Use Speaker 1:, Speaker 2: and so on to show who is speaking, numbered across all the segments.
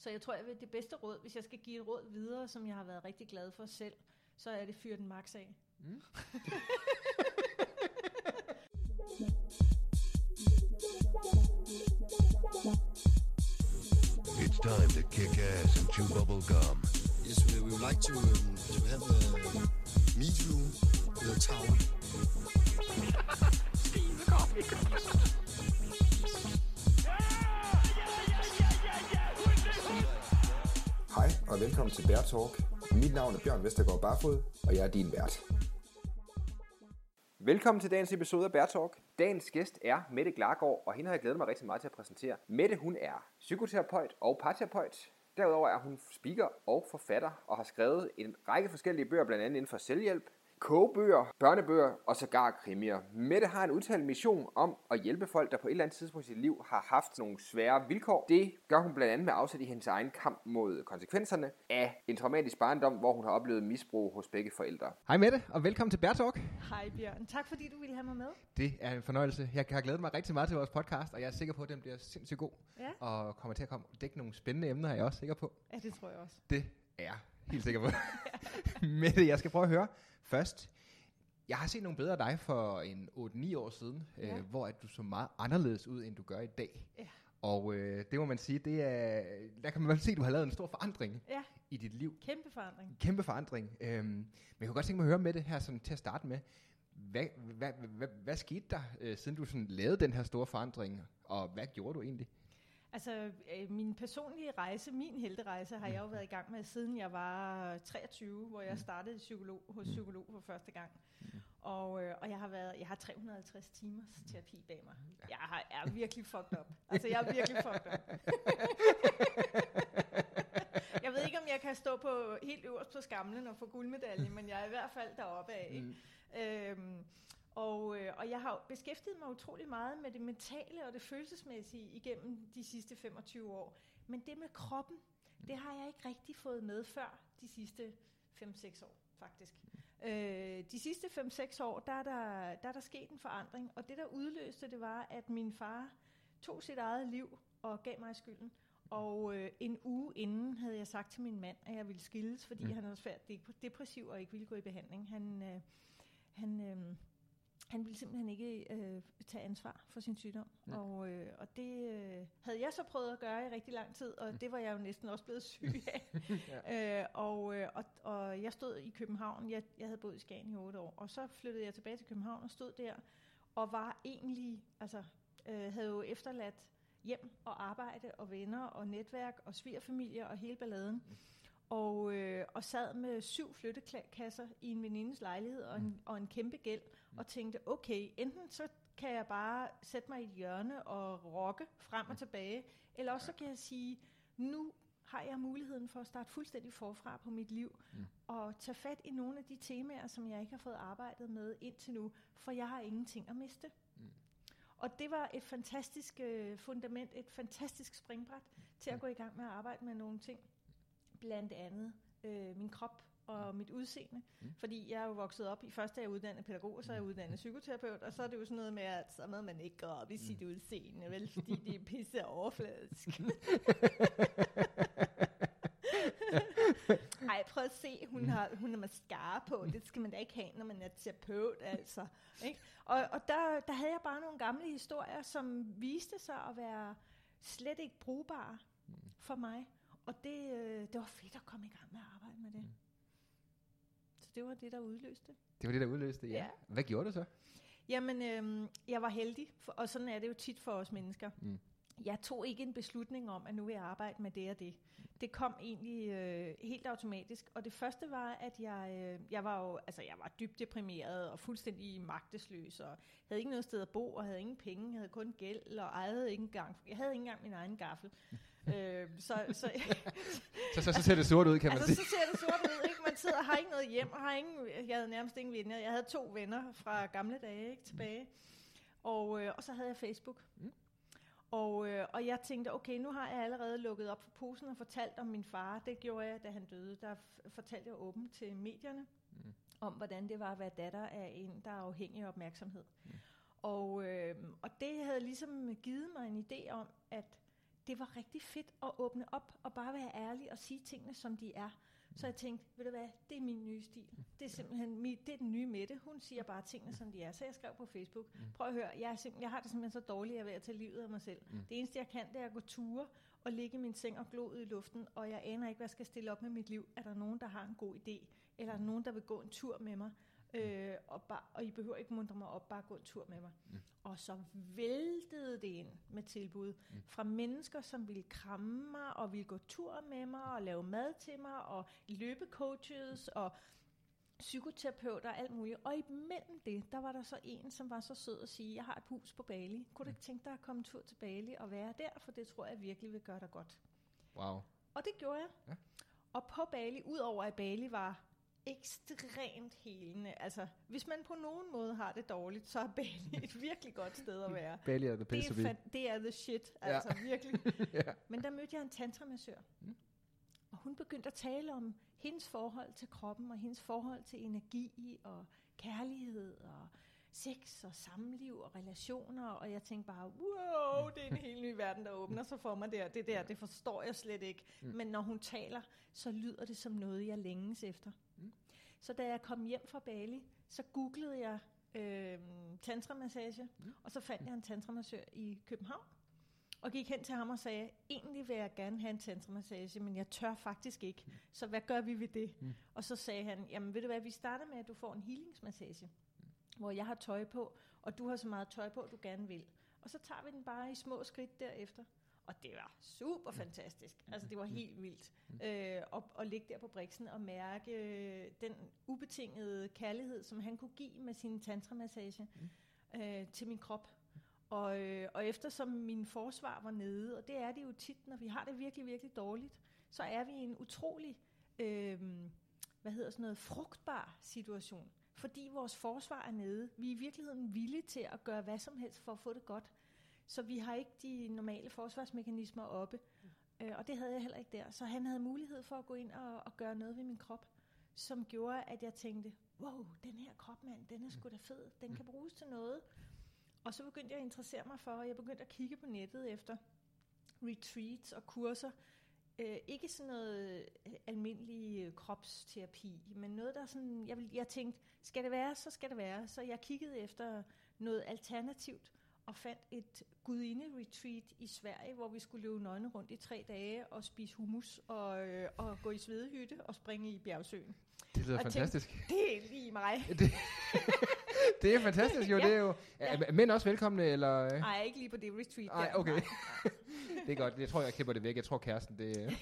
Speaker 1: Så jeg tror, at det bedste råd, hvis jeg skal give et råd videre, som jeg har været rigtig glad for selv, så er det fyr den max af.
Speaker 2: Mm.
Speaker 3: It's time to kick ass and chew bubble gum.
Speaker 4: Yes, we would like to have a meet room with a tower.
Speaker 5: Hej og velkommen til Bear Talk. Mit navn er Bjørn Vestergaard Barfod, og jeg er din vært.
Speaker 2: Velkommen til dagens episode af Bear Talk. Dagens gæst er Mette Glargaard, og hende har jeg glædet mig rigtig meget til at præsentere. Mette, hun er psykoterapeut og parterapeut. Derudover er hun speaker og forfatter og har skrevet en række forskellige bøger, blandt andet inden for selvhjælp, kogebøger, børnebøger og sågar krimier. Mette har en udtalt mission om at hjælpe folk, der på et eller andet tidspunkt i sit liv har haft nogle svære vilkår. Det gør hun blandt andet med afsæt i hendes egen kamp mod konsekvenserne af en traumatisk barndom, hvor hun har oplevet misbrug hos begge forældre. Hej Mette, og velkommen til Bear Talk.
Speaker 1: Hej Bjørn, tak fordi du ville have mig med.
Speaker 2: Det er en fornøjelse. Jeg har glædet mig rigtig meget til vores podcast, og jeg er sikker på, at den bliver sindssygt god.
Speaker 1: Ja.
Speaker 2: Og kommer til at dække nogle spændende emner, er jeg også sikker på.
Speaker 1: Ja, det tror jeg også.
Speaker 2: Det er jeg helt sikker på. Mette, jeg skal prøve at høre først. Jeg har set nogle billeder af dig for en 8-9 år siden, hvor at du så meget anderledes ud, end du gør i dag. Ja. Og det må man sige, der kan man se, at du har lavet en stor forandring i dit liv. Kæmpe forandring. Men jeg kunne godt tænke mig at høre med det her sådan, til at starte med. Hvad skete der, siden du sådan lavede den her store forandring, og hvad gjorde du egentlig?
Speaker 1: Altså, min personlige rejse, min helterejse, har jeg jo været i gang med, siden jeg var 23, hvor jeg startede hos psykolog for første gang. Og jeg har 350 timers terapi bag mig. Jeg er virkelig fucked up. Altså, jeg er virkelig fucked up. Jeg ved ikke, om jeg kan stå på helt øverst på skamlen og få guldmedalje, men jeg er i hvert fald deroppe af. Og jeg har beskæftiget mig utrolig meget med det mentale og det følelsesmæssige igennem de sidste 25 år. Men det med kroppen, det har jeg ikke rigtig fået med før de sidste 5-6 år, faktisk. De sidste 5-6 år, der er der sket en forandring, og det der udløste, det var, at min far tog sit eget liv og gav mig skylden. Og en uge inden havde jeg sagt til min mand, at jeg ville skilles, fordi han var svært depressiv og ikke ville gå i behandling. Han ville simpelthen ikke tage ansvar for sin sygdom. Ja. Og det havde jeg så prøvet at gøre i rigtig lang tid, og det var jeg jo næsten også blevet syg af. Og jeg stod i København. Jeg havde boet i Skagen i 8 år, og så flyttede jeg tilbage til København og stod der, og var egentlig, havde jo efterladt hjem og arbejde og venner og netværk og svigerfamilier og hele balladen. Og sad med 7 flyttekasser i en venindes lejlighed og en kæmpe gæld, og tænkte, okay, enten så kan jeg bare sætte mig i et hjørne og rocke frem og tilbage, eller også så kan jeg sige, nu har jeg muligheden for at starte fuldstændig forfra på mit liv, og tage fat i nogle af de temaer, som jeg ikke har fået arbejdet med indtil nu, for jeg har ingenting at miste. Og det var et fantastisk fundament, et fantastisk springbræt til at gå i gang med at arbejde med nogle ting. Blandt andet min krop og mit udseende. Fordi jeg er jo vokset op i, først er jeg uddannet pædagog, og så er jeg uddannet psykoterapeut, og så er det jo sådan noget med, at så må man ikke gå op i sit udseende, vel, fordi det er pisse overfladisk. Ej, prøv at se, hun har mascara på, det skal man da ikke have, når man er terapeut, altså. Ikke? Og der havde jeg bare nogle gamle historier, som viste sig at være slet ikke brugbare for mig. Og det var fedt at komme i gang med at arbejde med det. Så det var det, der udløste.
Speaker 2: Det var det, der udløste, ja. Hvad gjorde du så?
Speaker 1: Jamen, jeg var heldig, og sådan er det jo tit for os mennesker. Jeg tog ikke en beslutning om, at nu vil jeg arbejde med det og det. Det kom egentlig helt automatisk. Og det første var, at jeg var dybt deprimeret og fuldstændig magtesløs, og havde ikke noget sted at bo, og havde ingen penge, jeg havde kun gæld, og jeg havde ikke engang min egen gaffel. Så
Speaker 2: ser det sort ud, kan man sige.
Speaker 1: Så ser det sort ud, ikke? Man sidder og har ikke noget hjem, og jeg havde nærmest ingen venner. Jeg havde 2 venner fra gamle dage, ikke, tilbage. Og så havde jeg Facebook. Og jeg tænkte, okay, nu har jeg allerede lukket op for posen og fortalt om min far. Det gjorde jeg, da han døde. Der fortalte jeg åbent til medierne om, hvordan det var at være datter af en, der er afhængig af opmærksomhed. Og det havde ligesom givet mig en idé om, at det var rigtig fedt at åbne op og bare være ærlig og sige tingene, som de er. Så jeg tænkte, ved du hvad, det er min nye stil. Det er simpelthen det er den nye Mette. Hun siger bare tingene, som de er. Så jeg skrev på Facebook, prøv at høre, jeg har det simpelthen så dårligt, at jeg er ved at tage livet af mig selv. Det eneste, jeg kan, det er at gå ture og ligge i min seng og glo ud i luften, og jeg aner ikke, hvad jeg skal stille op med mit liv. Er der nogen, der har en god idé? Eller er der nogen, der vil gå en tur med mig? Og I behøver ikke muntre mig op, bare gå en tur med mig. Og så væltede det ind med tilbud fra mennesker, som ville kramme mig, og ville gå tur med mig, og lave mad til mig, og løbecoaches, og psykoterapeuter og alt muligt. Og imellem det, der var der så en, som var så sød at sige, jeg har et hus på Bali. Kunne du ikke tænke dig at komme en tur til Bali og være der? For det tror jeg virkelig vil gøre dig godt.
Speaker 2: Wow.
Speaker 1: Og det gjorde jeg. Ja. Og på Bali, udover at Bali var ekstremt helende. Altså, hvis man på nogen måde har det dårligt, så er Bali et virkelig godt sted at være.
Speaker 2: Bali er the place to be.
Speaker 1: Det er the shit, altså virkelig. Men der mødte jeg en tantramassør. Og hun begyndte at tale om hendes forhold til kroppen, og hendes forhold til energi, og kærlighed, og sex, og samliv, og relationer. Og jeg tænkte bare, wow, det er en helt ny verden, der åbner sig for mig der. Det forstår jeg slet ikke. Men når hun taler, så lyder det som noget, jeg længes efter. Så da jeg kom hjem fra Bali, så googlede jeg tantramassage, og så fandt jeg en tantramassør i København, og gik hen til ham og sagde, egentlig vil jeg gerne have en tantramassage, men jeg tør faktisk ikke, så hvad gør vi ved det? Og så sagde han, jamen ved du hvad, vi starter med, at du får en healingsmassage, hvor jeg har tøj på, og du har så meget tøj på, du gerne vil. Og så tager vi den bare i små skridt derefter. Og det var super fantastisk. Altså det var helt vildt. At ligge der på briksen og mærke den ubetingede kærlighed, som han kunne give med sin tantramassage til min krop. Og eftersom min forsvar var nede, og det er det jo tit, når vi har det virkelig, virkelig dårligt, så er vi i en utrolig, frugtbar situation. Fordi vores forsvar er nede. Vi er i virkeligheden villige til at gøre hvad som helst for at få det godt. Så vi har ikke de normale forsvarsmekanismer oppe. Og det havde jeg heller ikke der. Så han havde mulighed for at gå ind og gøre noget ved min krop, som gjorde, at jeg tænkte, wow, den her krop, mand, den er sgu da fed. Den kan bruges til noget. Og så begyndte jeg at interessere mig for, og jeg begyndte at kigge på nettet efter retreats og kurser. Ikke sådan noget almindelig kropsterapi, men noget, der sådan, jeg tænkte, skal det være, så skal det være. Så jeg kiggede efter noget alternativt, og fandt et gudinde-retreat i Sverige, hvor vi skulle løbe nøgne rundt i 3 dage, og spise hummus, og gå i svedehytte, og springe i bjergsøen. Det lyder fantastisk. Tænkte, det er lige mig.
Speaker 2: Det er fantastisk, jo. Ja. Det er jo. Ja. Mænd også velkomne, eller?
Speaker 1: Nej, ikke lige på det retreat der.
Speaker 2: Nej, okay. Det er godt. Jeg tror, jeg klipper det væk. Jeg tror, kæresten, det...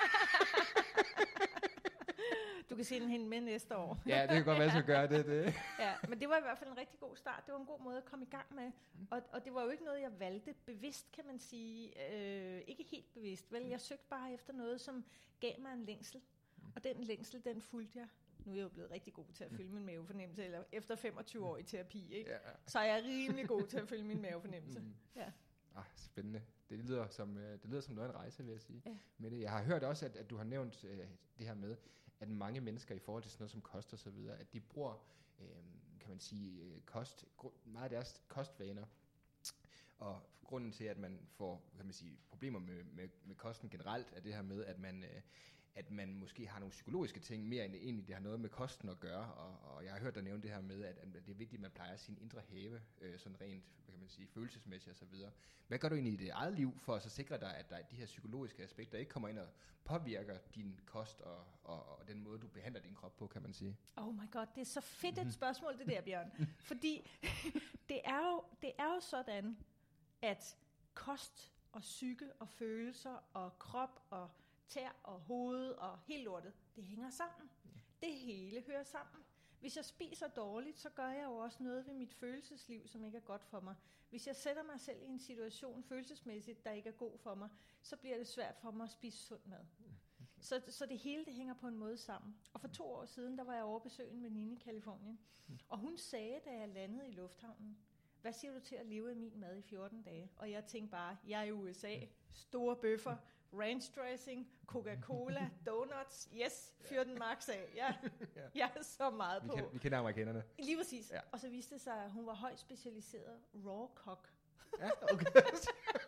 Speaker 1: Du kan sende hende med næste år.
Speaker 2: Ja, det kan godt være, at jeg skal gøre det.
Speaker 1: Ja, men det var i hvert fald en rigtig god start. Det var en god måde at komme i gang med. Og det var jo ikke noget, jeg valgte bevidst, kan man sige. Ikke helt bevidst, vel? Jeg søgte bare efter noget, som gav mig en længsel. Og den længsel, den fulgte jeg. Nu er jeg jo blevet rigtig god til at følge min mavefornemmelse, eller efter 25 år i terapi, ikke? Ja. Så er jeg rimelig god til at følge min mavefornemmelse. Ja.
Speaker 2: Spændende. Det lyder som noget af en rejse, vil jeg sige. Ja. Med det. Jeg har hørt også, at du har nævnt det her med, at mange mennesker i forhold til sådan noget som kost og så videre, at de bruger, kan man sige, meget af deres kostvaner. Og grunden til, at man får, kan man sige, problemer med kosten generelt, er det her med, at man måske har nogle psykologiske ting mere end egentlig det har noget med kosten at gøre, og jeg har hørt dig nævne det her med, at det er vigtigt, at man plejer sin indre have, sådan rent, hvad kan man sige, følelsesmæssigt og så videre. Hvad gør du egentlig i dit eget liv for at så sikre dig, at der de her psykologiske aspekter ikke kommer ind og påvirker din kost og den måde, du behandler din krop på, kan man sige?
Speaker 1: Oh my god, det er så fedt et spørgsmål, det der, Bjørn. Fordi det er jo sådan, at kost og psyke og følelser og krop og tær og hoved og helt lortet, det hænger sammen. Det hele hører sammen. Hvis jeg spiser dårligt, så gør jeg jo også noget ved mit følelsesliv, som ikke er godt for mig. Hvis jeg sætter mig selv i en situation følelsesmæssigt, der ikke er god for mig, så bliver det svært for mig at spise sund mad. Så det hele, det hænger på en måde sammen. Og for 2 år siden, der var jeg over besøg en veninde i Californien. Og hun sagde, da jeg landede i lufthavnen, hvad siger du til at leve af min mad i 14 dage? Og jeg tænkte bare, jeg er i USA, store bøffer, ranch dressing, Coca-Cola, donuts, yes, fyr den max af. Jeg er så meget på.
Speaker 2: Vi kender amerikanerne.
Speaker 1: Lige præcis. Ja. Og så viste det sig, at hun var højt specialiseret raw cock.
Speaker 2: Ja, okay.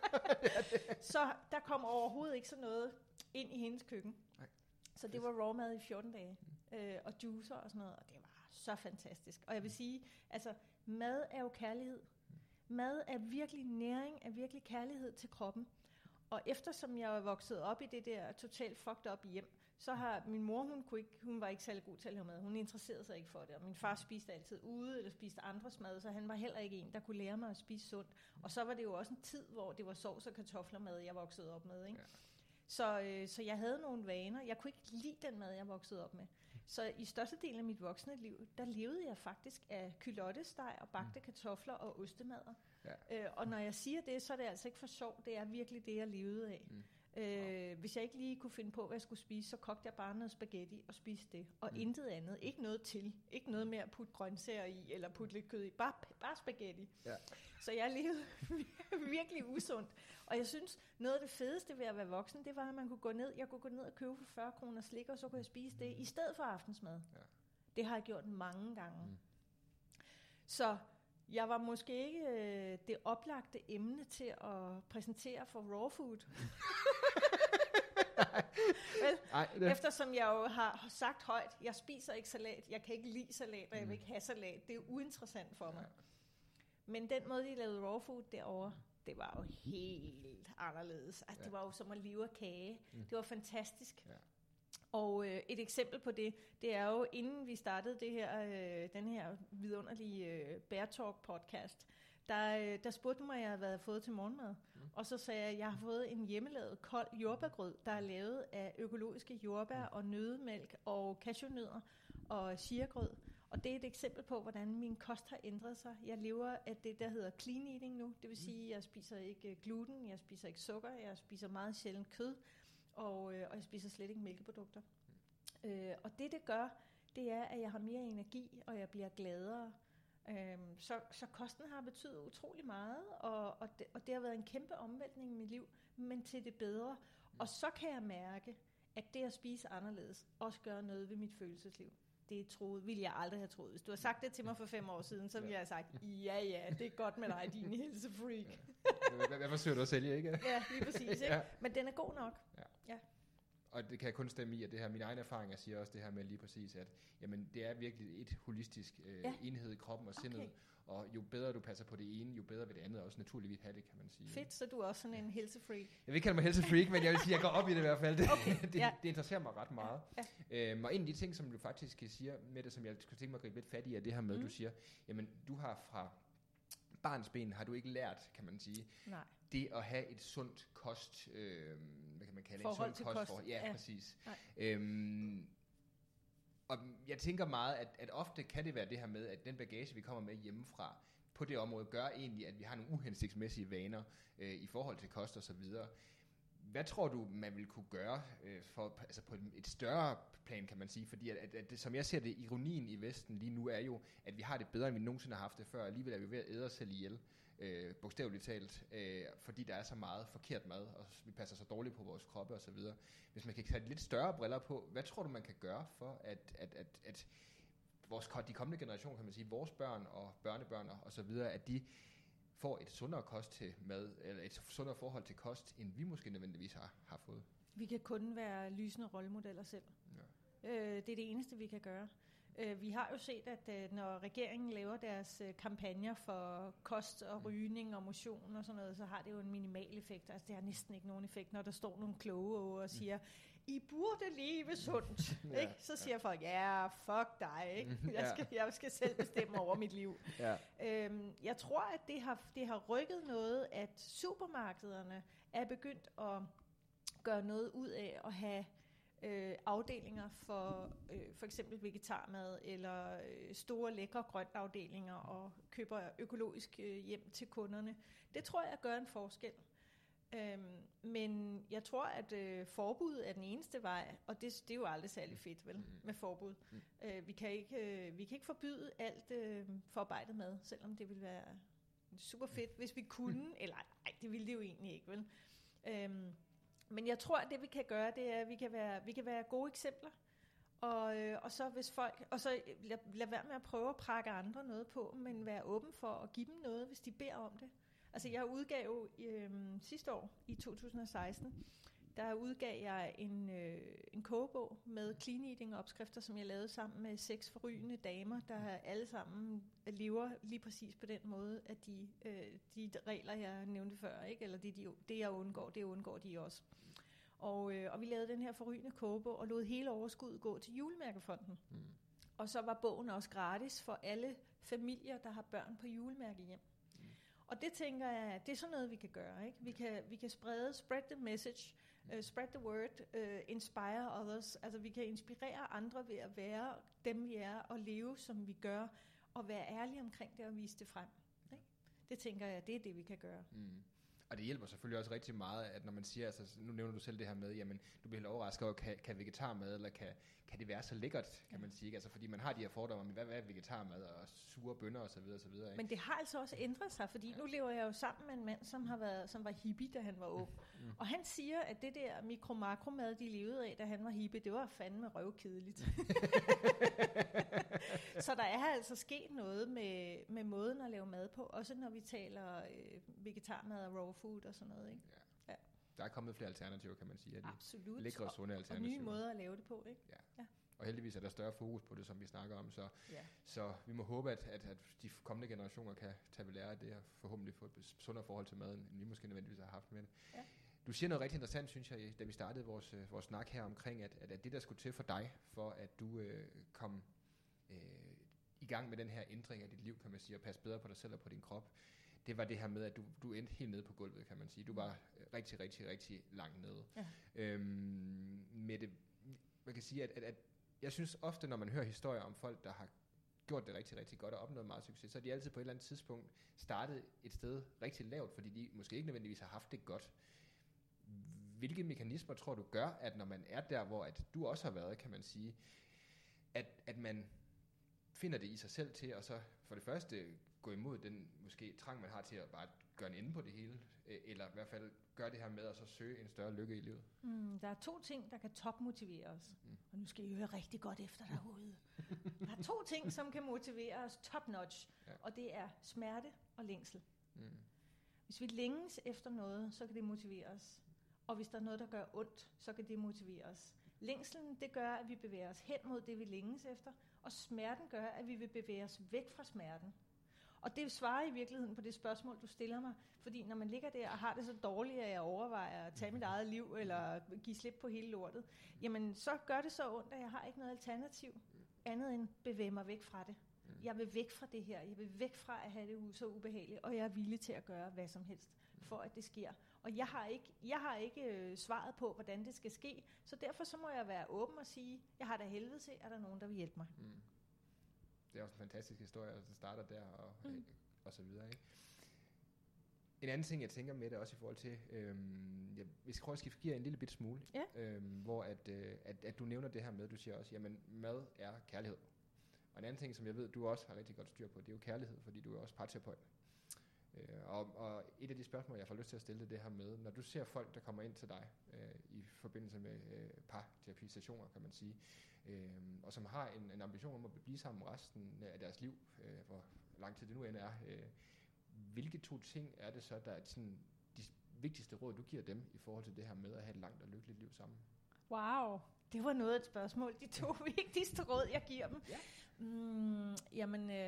Speaker 1: Så der kom overhovedet ikke sådan noget ind i hendes køkken.
Speaker 2: Nej.
Speaker 1: Så det var raw mad i 14 dage. Og juicer og sådan noget, og det var så fantastisk. Og jeg vil sige, altså mad er jo kærlighed. Mad er virkelig næring, er virkelig kærlighed til kroppen. Og eftersom jeg var vokset op i det der totalt fucked up hjem, så har min mor, hun var ikke særlig god til at lave mad. Hun interesserede sig ikke for det. Og min far spiste altid ude, eller spiste andres mad, så han var heller ikke en, der kunne lære mig at spise sundt. Og så var det jo også en tid, hvor det var sovs og kartofler mad, jeg voksede op med, ikke? Ja. Så jeg havde nogle vaner. Jeg kunne ikke lide den mad, jeg voksede op med. Så i størstedelen af mit voksne liv, der levede jeg faktisk af kylottesteg og bagte kartofler og ostemadder. Ja. Og når jeg siger det, så er det altså ikke for sjov. Det er virkelig det, jeg levede af. Hvis jeg ikke lige kunne finde på, hvad jeg skulle spise, så kogte jeg bare noget spaghetti og spiste det. Og intet andet. Ikke noget til. Ikke noget med at putte grøntsager i, eller putte lidt kød i. Bare spaghetti. Ja. Så jeg levede virkelig usundt. Og jeg synes, noget af det fedeste ved at være voksen, det var, at man kunne gå ned. Jeg kunne gå ned og købe for 40 kroner slik, og så kunne jeg spise det i stedet for aftensmad. Ja. Det har jeg gjort mange gange. Så jeg var måske ikke det oplagte emne til at præsentere for raw food. Vel, eftersom jeg jo har sagt højt, jeg spiser ikke salat, jeg kan ikke lide salat, og jeg vil ikke have salat. Det er uinteressant for mig. Men den måde, de lavede raw food derovre, det var jo helt anderledes. Altså, det var jo som at leve af kage. Det var fantastisk. Ja. Og et eksempel på det er jo, inden vi startede det her, den her vidunderlige Bear Talk podcast, der spurgte mig, hvad jeg havde fået til morgenmad. Og så sagde jeg, at jeg har fået en hjemmelavet kold jordbærgrød, der er lavet af økologiske jordbær og nøddemælk og cashewnødder og chiagrød. Og det er et eksempel på, hvordan min kost har ændret sig. Jeg lever af det, der hedder clean eating nu. Det vil sige, at jeg spiser ikke gluten, jeg spiser ikke sukker, jeg spiser meget sjældent kød. Og jeg spiser slet ikke mælkeprodukter. Og det gør, det er, at jeg har mere energi, og jeg bliver gladere. Så kosten har betydet utrolig meget, og det har været en kæmpe omvæltning i mit liv, men til det bedre. Og så kan jeg mærke, at det at spise anderledes også gør noget ved mit følelsesliv. Det ville jeg aldrig have troet. Hvis du har sagt det til mig for 5 år siden, så ville jeg have sagt, ja, det er godt med dig, din helsefreak.
Speaker 2: Hvad forsøger du at sælge, ikke?
Speaker 1: Ja, lige præcis, ikke? Ja. Men den er god nok. Ja.
Speaker 2: Og det kan jeg kun stemme i, at det her, min egen erfaring, jeg siger også det her med lige præcis, at jamen, det er virkelig et holistisk enhed i kroppen og sindet, og jo bedre du passer på det ene, jo bedre vil det andet også naturligvis have det, kan man sige.
Speaker 1: Fedt, så du er også sådan en helsefreak.
Speaker 2: Jeg vil ikke kalde mig helsefreak, men jeg vil sige, at jeg går op i det i hvert fald. Det interesserer mig ret meget. Ja. Og en af de ting, som du faktisk siger med det, som jeg skulle tænke mig at gribe lidt fat i, er det her med, du siger, jamen du har fra barnsben, har du ikke lært, kan man sige. Nej. Det at have et sundt kost, hvad kan man kalde det?
Speaker 1: Et sundt
Speaker 2: kostforhold. Ja, præcis. Og jeg tænker meget, at ofte kan det være det her med, at den bagage, vi kommer med hjemmefra, på det område, gør egentlig, at vi har nogle uhensigtsmæssige vaner i forhold til kost og så videre. Hvad tror du, man vil kunne gøre altså på et større plan, kan man sige? Fordi at det, som jeg ser det, ironien i Vesten lige nu er jo, at vi har det bedre, end vi nogensinde har haft det før. Alligevel er vi ved at æde os selv ihjel, bogstaveligt talt, fordi der er så meget forkert mad, og vi passer så dårligt på vores kroppe og så videre. Hvis man kan tage lidt større briller på, hvad tror du, man kan gøre for, at de kommende generationer, kan man sige, vores børn og børnebørn og så videre, at de får et sundere kost til mad, eller et sundere forhold til kost, end vi måske nødvendigvis har fået?
Speaker 1: Vi kan kun være lysende rollemodeller selv. Ja. Det er det eneste, vi kan gøre. Vi har jo set, at når regeringen laver deres kampagner for kost og rygning og motion og sådan noget, så har det jo en minimal effekt. Altså det har næsten ikke nogen effekt, når der står nogle kloge og siger, I burde leve sundt. Ja, ikke? Så siger folk, fuck dig. Ikke? Jeg skal selv bestemme over mit liv. Ja. Jeg tror, at det har rykket noget, at supermarkederne er begyndt at gøre noget ud af at have afdelinger for eksempel vegetarmad eller store lækre grøntafdelinger og køber økologisk hjem til kunderne. Det tror jeg gør en forskel. Men jeg tror, at forbud er den eneste vej, og det er jo aldrig særlig fedt, vel, med forbud. Vi kan ikke forbyde alt forarbejdet mad, selvom det ville være super fedt, hvis vi kunne, eller nej, det ville det jo egentlig ikke, vel. Men jeg tror, at det vi kan gøre, det er, at vi kan være gode eksempler, og så hvis folk, og så lad være med at prøve at prakke andre noget på, men være åben for at give dem noget, hvis de beder om det. Altså jeg udgav sidste år, i 2016, der udgav jeg en kogebog med clean eating opskrifter, som jeg lavede sammen med 6 forrygende damer, der alle sammen lever lige præcis på den måde, at de regler, jeg nævnte før, ikke? Eller det jeg undgår, det undgår de også. Og vi lavede den her forrygende kogebog og lod hele overskuddet gå til Julemærkefonden. Og så var bogen også gratis for alle familier, der har børn på julemærkehjem. Og det tænker jeg, det er sådan noget, vi kan gøre. Ikke? Vi kan spread the message, spread the word, inspire others. Altså vi kan inspirere andre ved at være dem, vi er, og leve, som vi gør, og være ærlige omkring det og vise det frem. Ikke? Det tænker jeg, det er det, vi kan gøre.
Speaker 6: Og det hjælper selvfølgelig også rigtig meget, at når man siger, altså nu nævner du selv det her med, jamen du bliver helt overrasket over, kan vegetarmad, eller kan det være så lækkert, kan man sige, altså fordi man har de her fordomme om, hvad er vegetarmad, og sure bønner osv. Ikke?
Speaker 1: Men det har altså også ændret sig, fordi nu lever jeg jo sammen med en mand, som var hippie, da han var ung. Og han siger, at det der mikro-makromad, de levede af, da han var hippie, det var fandme røvkedeligt. Så der er altså sket noget med måden at lave mad på, også når vi taler vegetarmad og raw food og sådan noget, ikke?
Speaker 6: Ja. Der er kommet flere alternativer, kan man sige.
Speaker 1: Absolut.
Speaker 6: Lækre og sunde alternativer.
Speaker 1: Og nye måder at lave det på, ikke?
Speaker 6: Ja. Og heldigvis er der større fokus på det, som vi snakker om. Så vi må håbe, at de kommende generationer kan tage ved lære af det, og forhåbentlig få et sundere forhold til maden, end vi måske nødvendigvis har haft med det. Ja. Du siger noget rigtig interessant, synes jeg, da vi startede vores snak her omkring, at det, der skulle til for dig, for at du kom i gang med den her ændring af dit liv, kan man sige, og passe bedre på dig selv og på din krop, det var det her med, at du endte helt nede på gulvet, kan man sige. Du var rigtig, rigtig, rigtig langt nede. Ja. Med det, man kan sige, at jeg synes ofte, når man hører historier om folk, der har gjort det rigtig, rigtig godt og opnået meget succes, så er de altid på et eller andet tidspunkt startet et sted rigtig lavt, fordi de måske ikke nødvendigvis har haft det godt. Hvilke mekanismer tror du gør, at når man er der, hvor at du også har været, kan man sige, at man finder det i sig selv til, og så for det første gå imod den måske trang, man har til at bare gøre en ende på det hele, eller i hvert fald gøre det her med at så søge en større lykke i livet?
Speaker 1: Der er 2 ting, der kan topmotivere os. Og nu skal I høre rigtig godt efter derude. Der er 2 ting, som kan motivere os top-notch, og det er smerte og længsel. Hvis vi længes efter noget, så kan det motivere os. Og hvis der er noget, der gør ondt, så kan det motivere os. Længslen, det gør, at vi bevæger os hen mod det, vi længes efter, og smerten gør, at vi vil bevæge os væk fra smerten. Og det svarer i virkeligheden på det spørgsmål, du stiller mig. Fordi når man ligger der og har det så dårligt, at jeg overvejer at tage mit eget liv, eller give slip på hele lortet, jamen så gør det så ondt, at jeg har ikke noget alternativ, andet end bevæge mig væk fra det. Jeg vil væk fra det her. Jeg vil væk fra at have det så ubehageligt, og jeg er villig til at gøre hvad som helst, for at det sker. Og jeg har ikke svaret på, hvordan det skal ske, så derfor så må jeg være åben og sige, jeg har da helvede til, at der er nogen, der vil hjælpe mig.
Speaker 6: Det er også en fantastisk historie, der starter der, og så videre, ikke? En anden ting, jeg tænker med det også i forhold til, vi skal prøve at skifte gear en lille bit smule, hvor at du nævner det her med, du siger også, jamen mad er kærlighed. Og en anden ting, som jeg ved, du også har rigtig godt styr på, det er jo kærlighed, fordi du er også parterapeut. Og et af de spørgsmål, jeg får lyst til at stille, det her med, når du ser folk, der kommer ind til dig i forbindelse med parterapisessioner, kan man sige, og som har en ambition om at blive sammen resten af deres liv, hvor lang tid det nu end er, hvilke 2 ting er det så, der er sådan de vigtigste råd, du giver dem i forhold til det her med at have et langt og lykkeligt liv sammen?
Speaker 1: Wow, det var noget af et spørgsmål. De 2 vigtigste råd, jeg giver dem. Ja.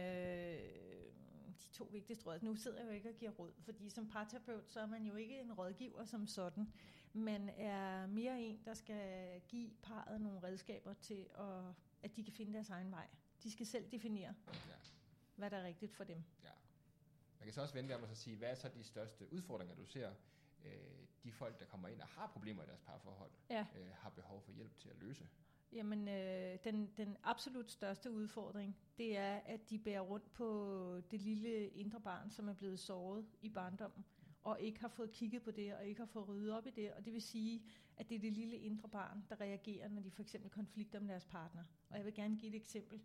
Speaker 1: De 2 vigtigste råd. Nu sidder jeg jo ikke og giver råd, fordi som parterapeut, så er man jo ikke en rådgiver som sådan. Man er mere en, der skal give parret nogle redskaber til, at de kan finde deres egen vej. De skal selv definere, hvad der er rigtigt for dem.
Speaker 6: Ja. Man kan så også vende om og sige, hvad er så de største udfordringer, du ser, de folk, der kommer ind og har problemer i deres parforhold, har behov for hjælp til at løse?
Speaker 1: Jamen, den absolut største udfordring, det er, at de bærer rundt på det lille indre barn, som er blevet såret i barndommen, og ikke har fået kigget på det, og ikke har fået ryddet op i det. Og det vil sige, at det er det lille indre barn, der reagerer, når de for eksempel konflikter med deres partner. Og jeg vil gerne give et eksempel.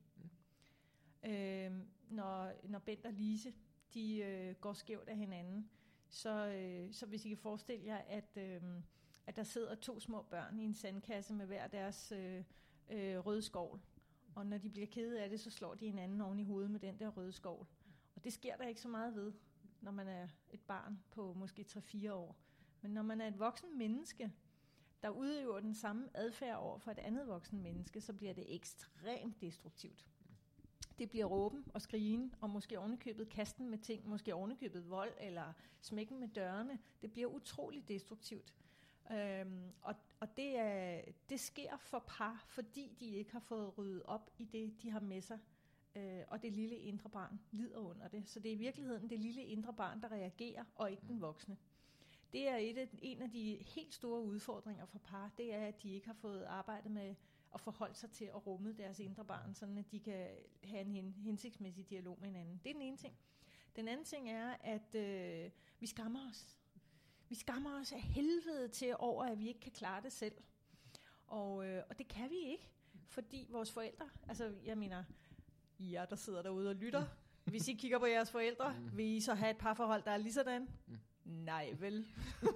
Speaker 1: Når Bent og Lise, de går skævt af hinanden, så hvis I kan forestille jer, at der sidder 2 små børn i en sandkasse med hver deres røde skovl. Og når de bliver kede af det, så slår de hinanden oven i hovedet med den der røde skovl. Og det sker der ikke så meget ved, når man er et barn på måske 3-4 år. Men når man er et voksen menneske, der udøver den samme adfærd over for et andet voksen menneske, så bliver det ekstremt destruktivt. Det bliver råben og skrigen, og måske ovenikøbet kasten med ting, måske ovenikøbet vold, eller smækken med dørene. Det bliver utroligt destruktivt. Og det sker for par, fordi de ikke har fået ryddet op i det, de har med sig. Og det lille indre barn lider under det. Så det er i virkeligheden det lille indre barn, der reagerer, og ikke den voksne. Det er en af de helt store udfordringer for par, det er, at de ikke har fået arbejdet med at forholde sig til at rumme deres indre barn, sådan at de kan have en hensigtsmæssig dialog med hinanden. Det er den ene ting. Den anden ting er, at vi skammer os. Vi skammer os af helvede til over, at vi ikke kan klare det selv. Og det kan vi ikke, fordi vores forældre, altså jeg mener, der sidder derude og lytter, hvis I kigger på jeres forældre, vil I så have et parforhold, der er lige sådan? Nej, vel.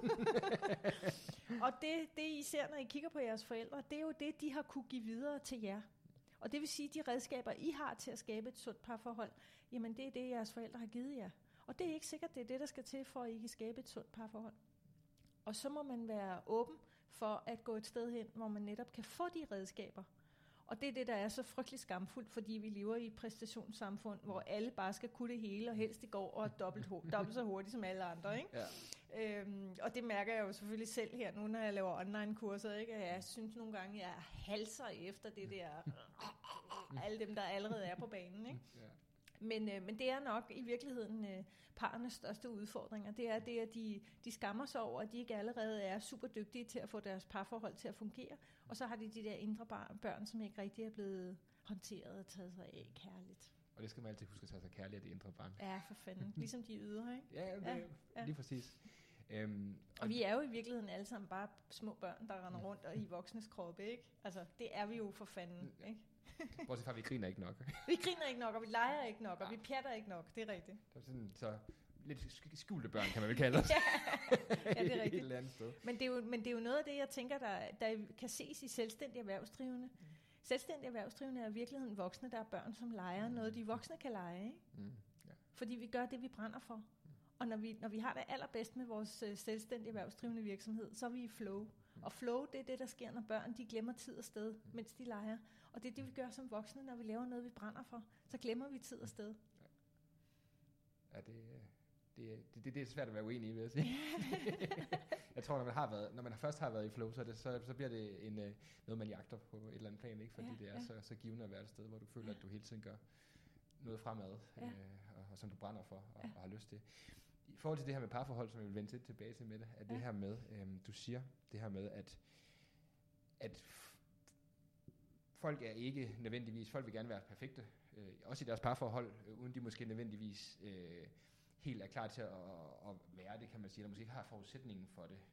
Speaker 1: Og det I ser, når I kigger på jeres forældre, det er jo det, de har kunne give videre til jer. Og det vil sige, de redskaber, I har til at skabe et sundt parforhold, jamen det er det, jeres forældre har givet jer. Og det er ikke sikkert, det er det, der skal til, for at I kan skabe et sundt parforhold. Og så må man være åben for at gå et sted hen, hvor man netop kan få de redskaber. Og det er det, der er så frygtelig skamfuldt, fordi vi lever i et præstationssamfund, hvor alle bare skal kunne det hele, og helst det går og dobbelt så hurtigt som alle andre. Ikke? Ja. Og det mærker jeg jo selvfølgelig selv her nu, når jeg laver online-kurser. Ikke? Jeg synes nogle gange, jeg halser efter det der, alle dem, der allerede er på banen. Ikke? Ja. Men det er nok i virkeligheden parernes største udfordringer. Det er det, at de skammer sig over, at de ikke allerede er super dygtige til at få deres parforhold til at fungere. Og så har de der indre børn, som ikke rigtig er blevet håndteret og taget sig af kærligt.
Speaker 6: Og det skal man altid huske at tage sig kærligt af det indre barn.
Speaker 1: Ja, for fanden. Ligesom de ydre, ikke?
Speaker 6: Ja. Lige præcis.
Speaker 1: Og vi er jo i virkeligheden alle sammen bare små børn, der render rundt og i voksnes kroppe, ikke? Altså, det er vi jo for fanden, ikke?
Speaker 6: Bortset fra, vi griner ikke nok.
Speaker 1: Vi griner ikke nok, og vi leger ikke nok, og vi pjatter ikke nok. Det er rigtigt.
Speaker 6: Det er sådan, så lidt skjulte børn, kan man vel kalde os.
Speaker 1: Ja, det er rigtigt.
Speaker 6: Et eller andet sted.
Speaker 1: Men det er jo noget af det, jeg tænker, der kan ses i selvstændige erhvervsdrivende. Selvstændige erhvervsdrivende er i virkeligheden voksne, der er børn, som leger noget, de voksne kan lege. Ikke? Ja. Fordi vi gør det, vi brænder for. Og når vi har det allerbedst med vores selvstændige erhvervsdrivende virksomhed, så er vi i flow. Og flow, det er det, der sker, når børn de glemmer tid og sted, mens de leger. Og det er det, vi gør som voksne, når vi laver noget, vi brænder for. Så glemmer vi tid og sted.
Speaker 6: Ja, det er svært at være uenig i, vil jeg sige. Jeg tror, når man først har været i flow, så bliver det noget, man jagter på et eller andet plan, ikke? Fordi det er så givende at være et sted, hvor du føler, at du hele tiden gør noget fremad, og som du brænder for og har lyst til. I forhold til det her med parforhold, som jeg vil vende lidt tilbage til med det, er det her med, du siger det her med, at folk er ikke nødvendigvis, folk vil gerne være perfekte, også i deres parforhold, uden de måske nødvendigvis helt er klar til at være det, kan man sige, eller måske ikke har forudsætningen for det.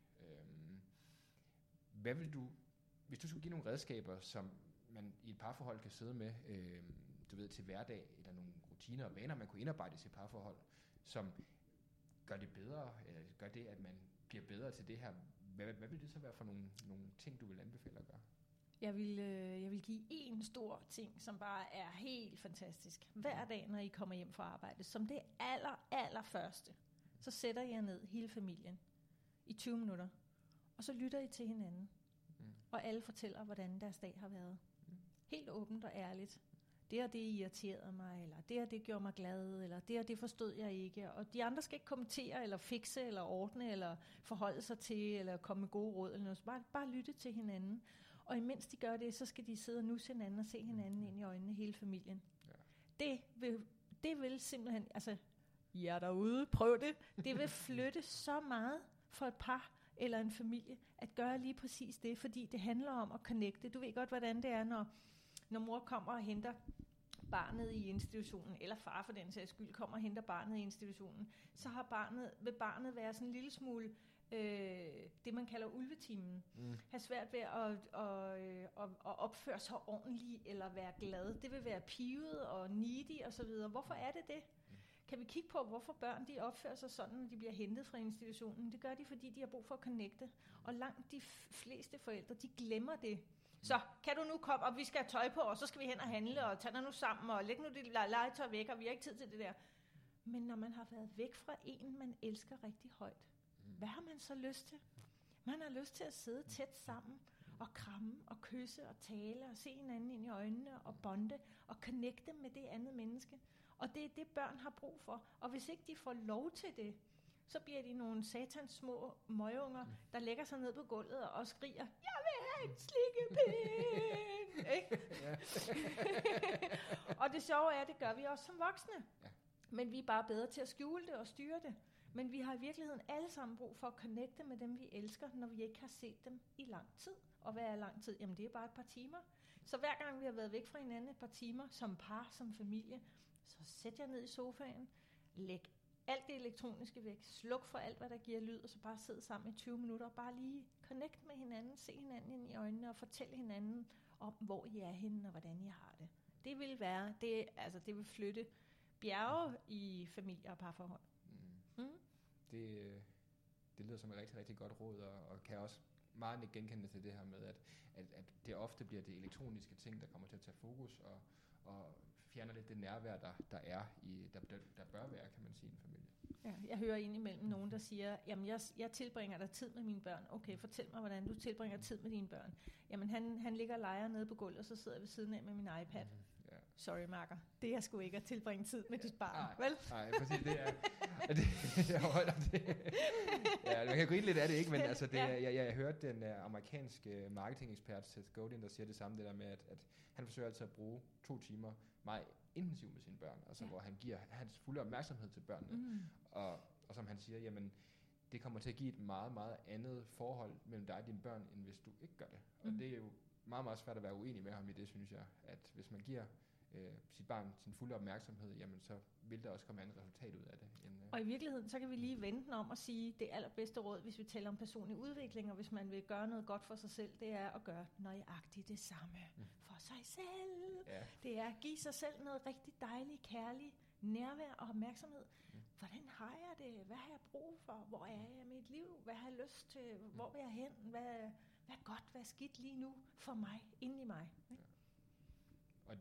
Speaker 6: Hvad vil du, hvis du skulle give nogle redskaber, som man i et parforhold kan sidde med, du ved, til hverdag, eller nogle rutiner og vaner, man kunne indarbejde i sit parforhold, som gør det bedre, eller gør det, at man bliver bedre til det her. Hvad vil det så være for nogle ting, du vil anbefale at gøre?
Speaker 1: Jeg vil give en stor ting, som bare er helt fantastisk. Hver dag, når I kommer hjem fra arbejde, som det allerførste, så sætter jeg ned hele familien i 20 minutter, og så lytter I til hinanden. Og alle fortæller, hvordan deres dag har været. Helt åbent og ærligt. Det og det irriterede mig, eller det og det gjorde mig glad, eller det og det forstod jeg ikke. Og de andre skal ikke kommentere, eller fikse, eller ordne, eller forholde sig til, eller komme med gode råd, eller noget. Så bare lytte til hinanden. Og imens de gør det, så skal de sidde og nusse hinanden og se hinanden ind i øjnene, hele familien. Ja. Det vil simpelthen, altså, jer derude, prøv det. Det vil flytte så meget for et par eller en familie, at gøre lige præcis det, fordi det handler om at connecte. Du ved godt, hvordan det er, når mor kommer og henter barnet i institutionen, eller far for den sags skyld kommer og henter barnet i institutionen, så vil barnet være sådan en lille smule det man kalder ulvetimen. Have svært ved at opføre sig ordentligt eller være glad. Det vil være pivet og needy og så videre. Hvorfor er det? Kan vi kigge på, hvorfor børn de opfører sig sådan, når de bliver hentet fra institutionen? Det gør de, fordi de har brug for at connecte. Og langt de fleste forældre, de glemmer det. Så kan du nu komme, og vi skal have tøj på, og så skal vi hen og handle, og tage dig nu sammen, og læg nu dit legetøj væk, og vi har ikke tid til det der. Men når man har været væk fra en, man elsker rigtig højt, hvad har man så lyst til? Man har lyst til at sidde tæt sammen og kramme og kysse og tale og se hinanden ind i øjnene og bonde og connecte med det andet menneske. Og det er det, børn har brug for. Og hvis ikke de får lov til det, så bliver de nogle satans små møgunger, der lægger sig ned på gulvet og skriger, jeg vil have en slikkepind! Ikke? Og det sjove er, at det gør vi også som voksne.
Speaker 6: Ja.
Speaker 1: Men vi er bare bedre til at skjule det og styre det. Men vi har i virkeligheden alle sammen brug for at connecte med dem, vi elsker, når vi ikke har set dem i lang tid. Og hvad er lang tid? Jamen det er bare et par timer. Så hver gang vi har været væk fra hinanden et par timer, som par, som familie, så sæt jer ned i sofaen, læg alt det elektroniske væk, sluk for alt, hvad der giver lyd, og så bare sidde sammen i 20 minutter og bare lige connect med hinanden, se hinanden ind i øjnene og fortælle hinanden om, hvor I er henne og hvordan I har det. Det vil være, det vil flytte bjerge i familie- og parforhold.
Speaker 6: Det lyder som et rigtig, rigtig godt råd, og kan også meget genkende til det her med, at det ofte bliver det elektroniske ting, der kommer til at tage fokus, og fjerner lidt det nærvær, der er der bør være, kan man sige, i en familie.
Speaker 1: Ja, jeg hører indimellem nogen, der siger, jamen jeg tilbringer der tid med mine børn. Okay, fortæl mig, hvordan du tilbringer tid med dine børn. Jamen han ligger og leger nede på gulvet, og så sidder jeg ved siden af med min iPad.
Speaker 6: Ja.
Speaker 1: Sorry, Marker. Det er sgu ikke at tilbringe tid med dit barn, vel?
Speaker 6: Nej, præcis, det er... Ja, man kan grine lidt af det, ikke? Men altså, jeg hørte den amerikanske marketingekspert Seth Godin, der siger det samme, det der med, at han forsøger altid at bruge 2 timer meget intensivt med sine børn, altså hvor han giver hans fulde opmærksomhed til børnene, og som han siger, jamen, det kommer til at give et meget, meget andet forhold mellem dig og dine børn, end hvis du ikke gør det. Og det er jo meget, meget svært at være uenig med ham i det, synes jeg, at hvis man giver sit barn sin fulde opmærksomhed, jamen så vil der også komme andet resultat ud af det.
Speaker 1: Og i virkeligheden, så kan vi lige vende den om og sige, det allerbedste råd, hvis vi taler om personlig udvikling, og hvis man vil gøre noget godt for sig selv, det er at gøre nøjagtigt det samme for sig selv. Ja. Det er at give sig selv noget rigtig dejligt, kærligt nærvær og opmærksomhed. Hvordan har jeg det? Hvad har jeg brug for? Hvor er jeg i mit liv? Hvad har jeg lyst til? Hvor vil jeg hen? Hvad er godt? Hvad er skidt lige nu for mig, inde i mig? Ja.
Speaker 6: Og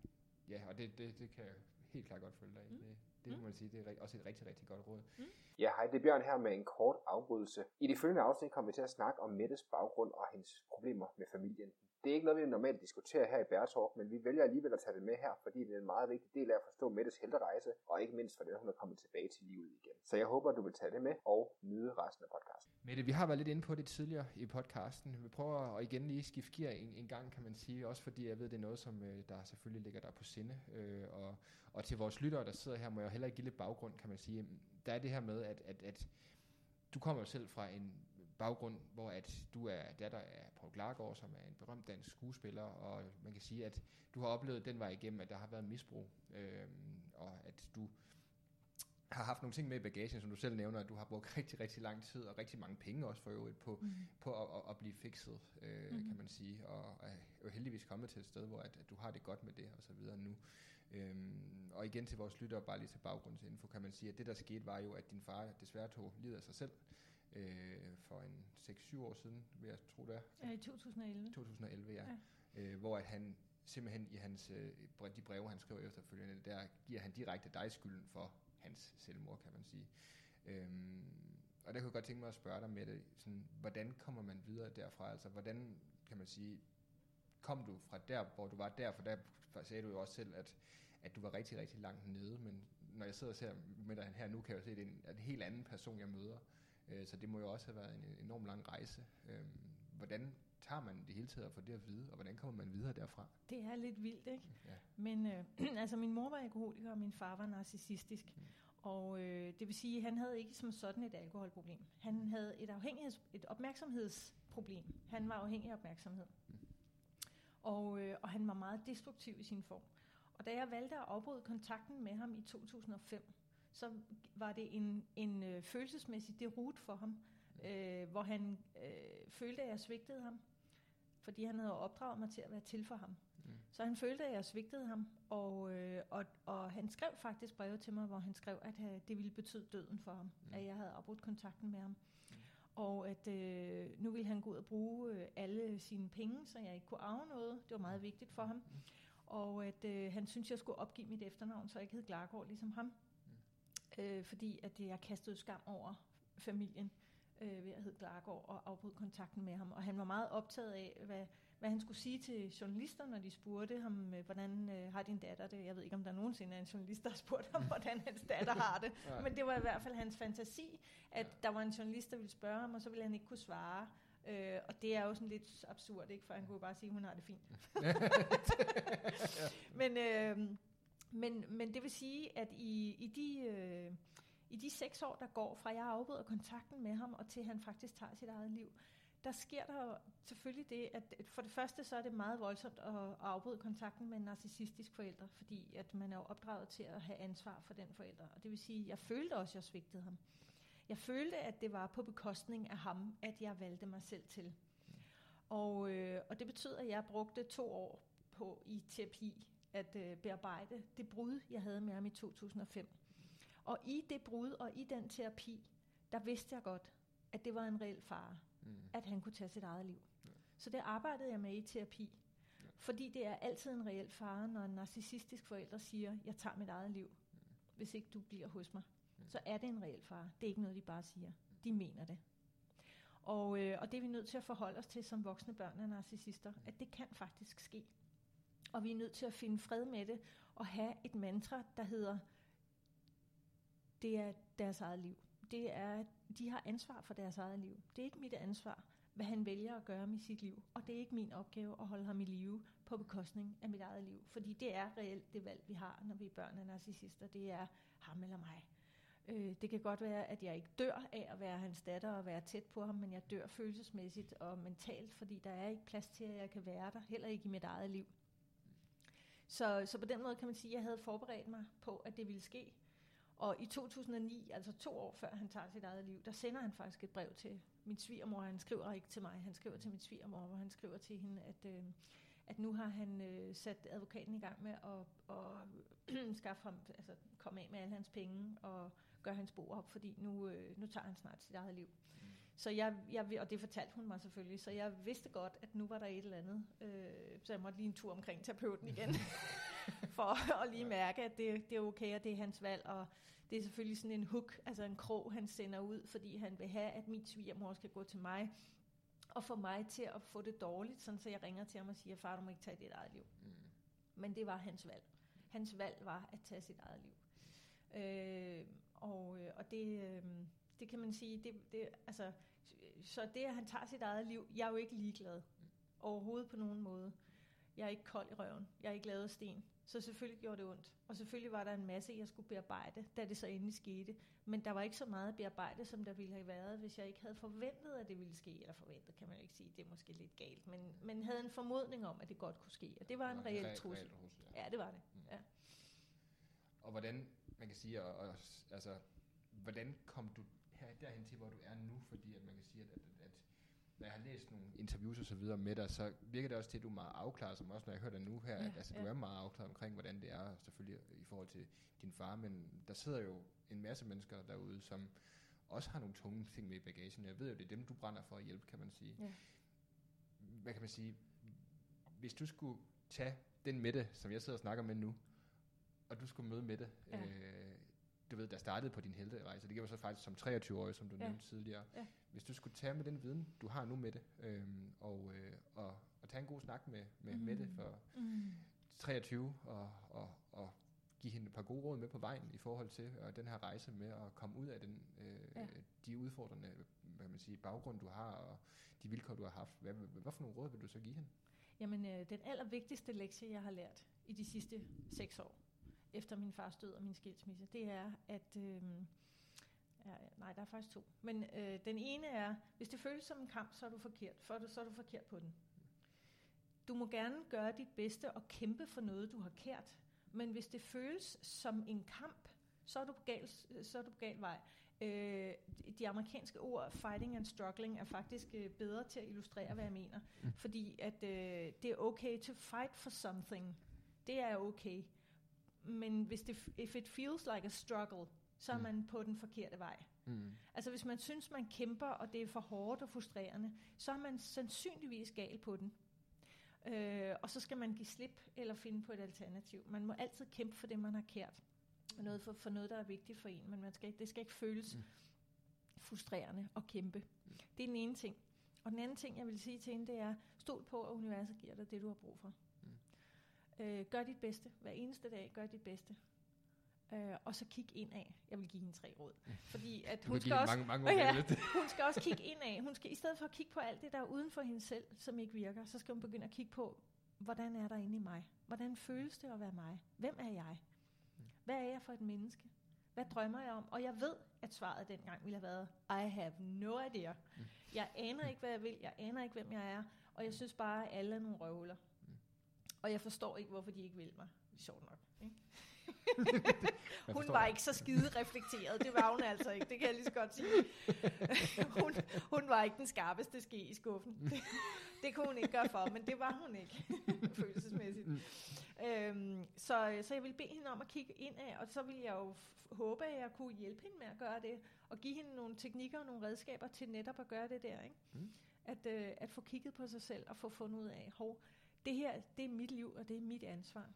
Speaker 6: det kan jeg helt klart godt følge dig i. Det må man sige, det er også et rigtig, rigtig godt råd.
Speaker 2: Ja, hej, det er Bjørn her med en kort afbrydelse. I de følgende afsnit kommer vi til at snakke om Mettes baggrund og hendes problemer med familien. Det er ikke noget, vi normalt diskuterer her i Bear Talk, men vi vælger alligevel at tage det med her, fordi det er en meget vigtig del af at forstå Mettes helterejse, og ikke mindst hvordan hun er kommet tilbage til livet igen. Så jeg håber, du vil tage det med og nyde resten af podcasten.
Speaker 6: Mette, vi har været lidt inde på det tidligere i podcasten. Vi prøver at igen lige skifte gear en gang, kan man sige, også fordi jeg ved, det er noget, som der selvfølgelig ligger der på sinde. Og til vores lyttere, der sidder her, må jeg heller ikke give lidt baggrund, kan man sige. Der er det her med, at du kommer jo selv fra en baggrund, hvor at du er datter af Poul Klargaard, som er en berømt dansk skuespiller, og man kan sige, at du har oplevet den vej igennem, at der har været misbrug, og at du har haft nogle ting med i bagagen, som du selv nævner, at du har brugt rigtig, rigtig lang tid, og rigtig mange penge også for øvrigt, på at blive fikset, kan man sige, og er jo heldigvis kommet til et sted, hvor at du har det godt med det, og så videre nu. Og igen til vores lyttere, bare lige til baggrundsinfo, kan man sige, at det der skete var jo, at din far desværre tog livet af sig selv, for en 6-7 år siden, vil jeg tro det er.
Speaker 1: Ja, i 2011.
Speaker 6: 2011, ja. Hvor at han simpelthen i hans, de breve, han skriver efterfølgende, der giver han direkte dig skylden for hans selvmord, kan man sige. Og der kunne jeg godt tænke mig at spørge dig med det, sådan, hvordan kommer man videre derfra? Altså, hvordan, kan man sige, kom du fra der, hvor du var der? For der sagde du jo også selv, at du var rigtig, rigtig langt nede, men når jeg sidder og ser med dig her nu, kan jeg jo se, at det er en helt anden person, jeg møder. Så det må jo også have været en enorm lang rejse. Hvordan tager man det hele taget at få det at vide, og hvordan kommer man videre derfra?
Speaker 1: Det er lidt vildt, ikke?
Speaker 6: Ja.
Speaker 1: Men altså min mor var alkoholiker, og min far var narcissistisk. Og det vil sige, at han havde ikke som sådan et alkoholproblem. Han havde et opmærksomhedsproblem. Han var afhængig af opmærksomhed. Og han var meget destruktiv i sin form. Og da jeg valgte at afbryde kontakten med ham i 2005, så var det en følelsesmæssig deroute for ham, hvor han følte, at jeg svigtede ham, fordi han havde opdraget mig til at være til for ham. Så han følte, at jeg svigtede ham, og han skrev faktisk breve til mig, hvor han skrev, at det ville betyde døden for ham, at jeg havde afbrudt kontakten med ham. Og at nu ville han gå ud og bruge alle sine penge, så jeg ikke kunne arve noget. Det var meget vigtigt for ham. Og at han syntes, jeg skulle opgive mit efternavn, så jeg ikke hed Klargaard ligesom ham. fordi at jeg kastede skam over familien ved at hedde Glagård og afbrød kontakten med ham. Og han var meget optaget af, hvad han skulle sige til journalister, når de spurgte ham, hvordan har din datter det? Jeg ved ikke, om der nogensinde er en journalist, der har spurgt ham, hvordan hans datter har det. Men det var i hvert fald hans fantasi, at der var en journalist, der ville spørge ham, og så ville han ikke kunne svare. Og det er jo sådan lidt absurd, ikke? For han kunne bare sige, at hun har det fint. Men det vil sige, at i de 6 år, der går fra jeg afbryder kontakten med ham, og til han faktisk tager sit eget liv, der sker der selvfølgelig det, at for det første så er det meget voldsomt at afbryde kontakten med en narcissistisk forælder, fordi at man er jo opdraget til at have ansvar for den forælder. Og det vil sige, at jeg følte også, at jeg svigtede ham. Jeg følte, at det var på bekostning af ham, at jeg valgte mig selv til. Og det betød, at jeg brugte 2 år på i terapi at bearbejde det brud, jeg havde med ham i 2005. Og i det brud og i den terapi, der vidste jeg godt, at det var en reel fare, at han kunne tage sit eget liv. Ja. Så det arbejdede jeg med i terapi. Ja. Fordi det er altid en reel fare, når en narcissistisk forælder siger, jeg tager mit eget liv, hvis ikke du bliver hos mig. Så er det en reel fare. Det er ikke noget, de bare siger. De mener det. Og det er vi nødt til at forholde os til som voksne børn af narcissister, at det kan faktisk ske. Og vi er nødt til at finde fred med det, og have et mantra, der hedder, det er deres eget liv. Det er, de har ansvar for deres eget liv. Det er ikke mit ansvar, hvad han vælger at gøre med sit liv. Og det er ikke min opgave at holde ham i live på bekostning af mit eget liv. Fordi det er reelt det valg, vi har, når vi er børn af narcissister. Det er ham eller mig. Det kan godt være, at jeg ikke dør af at være hans datter og være tæt på ham, men jeg dør følelsesmæssigt og mentalt, fordi der er ikke plads til, at jeg kan være der, heller ikke i mit eget liv. Så på den måde kan man sige, at jeg havde forberedt mig på, at det ville ske. Og i 2009, altså 2 år før han tager sit eget liv, der sender han faktisk et brev til min svigermor. Han skriver ikke til mig, han skriver til min svigermor, hvor han skriver til hende, at nu har han sat advokaten i gang med at skaffe ham, altså komme af med alle hans penge og gøre hans bo op, fordi nu tager han snart sit eget liv. Så og det fortalte hun mig selvfølgelig, så jeg vidste godt, at nu var der et eller andet, så jeg måtte lige en tur omkring terapeuten igen, for at lige mærke, at det er okay, og det er hans valg, og det er selvfølgelig sådan en hook, altså en krog, han sender ud, fordi han vil have, at min svigermor skal gå til mig, og få mig til at få det dårligt, sådan så jeg ringer til ham og siger, far, du må ikke tage dit eget liv. Men det var hans valg. Hans valg var at tage sit eget liv. Og det kan man sige, altså, så det, at han tager sit eget liv, jeg er jo ikke ligeglad overhovedet på nogen måde. Jeg er ikke kold i røven. Jeg er ikke lavet af sten. Så selvfølgelig gjorde det ondt. Og selvfølgelig var der en masse, jeg skulle bearbejde, da det så endelig skete. Men der var ikke så meget bearbejde, som der ville have været, hvis jeg ikke havde forventet, at det ville ske. Eller forventet, kan man jo ikke sige. Det er måske lidt galt. Men havde en formodning om, at det godt kunne ske. Og det var en reel trussel. Ja, det var det. Ja.
Speaker 6: Og hvordan, man kan sige, altså, hvordan kom du derhen til, hvor du er nu? Fordi at man kan sige, at når jeg har læst nogle interviews og så videre med dig, så virker det også til, at du er meget afklaret, som også når jeg hører dig nu her, at altså, du er meget afklaret omkring, hvordan det er, selvfølgelig i forhold til din far, men der sidder jo en masse mennesker derude, som også har nogle tunge ting med i bagagen. Jeg ved jo, det er dem, du brænder for at hjælpe, kan man sige. Ja. Hvad kan man sige? Hvis du skulle tage den Mette, som jeg sidder og snakker med nu, og du skulle møde Mette, du ved, der startede på din helterejse, det gjorde så faktisk som 23-årig, som du nævnte tidligere. Ja. Hvis du skulle tage med den viden, du har nu med det, og tage en god snak med Mette for 23, og give hende et par gode råd med på vejen i forhold til den her rejse med at komme ud af den, de udfordrende, hvad kan man sige, baggrund, du har, og de vilkår, du har haft. Hvad for nogle råd vil du så give hende? Jamen,
Speaker 1: den allervigtigste lektie, jeg har lært i de sidste 6 år, efter min fars død og min skilsmisse, det er, at nej, der er faktisk 2. Men den ene er, hvis det føles som en kamp, så er du forkert. Så er du forkert på den. Du må gerne gøre dit bedste og kæmpe for noget, du har kært. Men hvis det føles som en kamp, så er du på gal vej. De amerikanske ord, fighting and struggling, er faktisk bedre til at illustrere, hvad jeg mener. Fordi at det er okay to fight for something. Det er okay. Men if it feels like a struggle, så er man på den forkerte vej. Altså hvis man synes, man kæmper, og det er for hårdt og frustrerende, så er man sandsynligvis gal på den. Og så skal man give slip eller finde på et alternativ. Man må altid kæmpe for det, man har kært. noget for noget, der er vigtigt for en, men det skal ikke føles frustrerende og kæmpe. Det er den ene ting. Og den anden ting, jeg vil sige til hende, det er, stol på, at universet giver dig det, du har brug for. Gør dit bedste. Hver eneste dag, gør dit bedste. Og så kig indad. Jeg vil give hende 3 råd. Fordi at hun skal også, hun skal også kigge indad. Hun skal i stedet for at kigge på alt det, der er uden for hende selv, som ikke virker, så skal hun begynde at kigge på, hvordan er der inde i mig? Hvordan føles det at være mig? Hvem er jeg? Hvad er jeg for et menneske? Hvad drømmer jeg om? Og jeg ved, at svaret dengang ville have været, I have no idea. Jeg aner ikke, hvad jeg vil. Jeg aner ikke, hvem jeg er. Og jeg synes bare, at alle er nogle røvhuller. Og jeg forstår ikke, hvorfor de ikke vil mig. Sjovt nok, ikke? Hun var ikke så skide reflekteret. Det var hun altså ikke. Det kan jeg lige så godt sige. Hun var ikke den skarpeste ske i skuffen. Det kunne hun ikke gøre for, men det var hun ikke følelsesmæssigt. Så jeg vil bede hende om at kigge indad, og så vil jeg jo håbe, at jeg kunne hjælpe hende med at gøre det, og give hende nogle teknikker og nogle redskaber til netop at gøre det der, ikke? At få kigget på sig selv og få fundet ud af, det her, det er mit liv, og det er mit ansvar.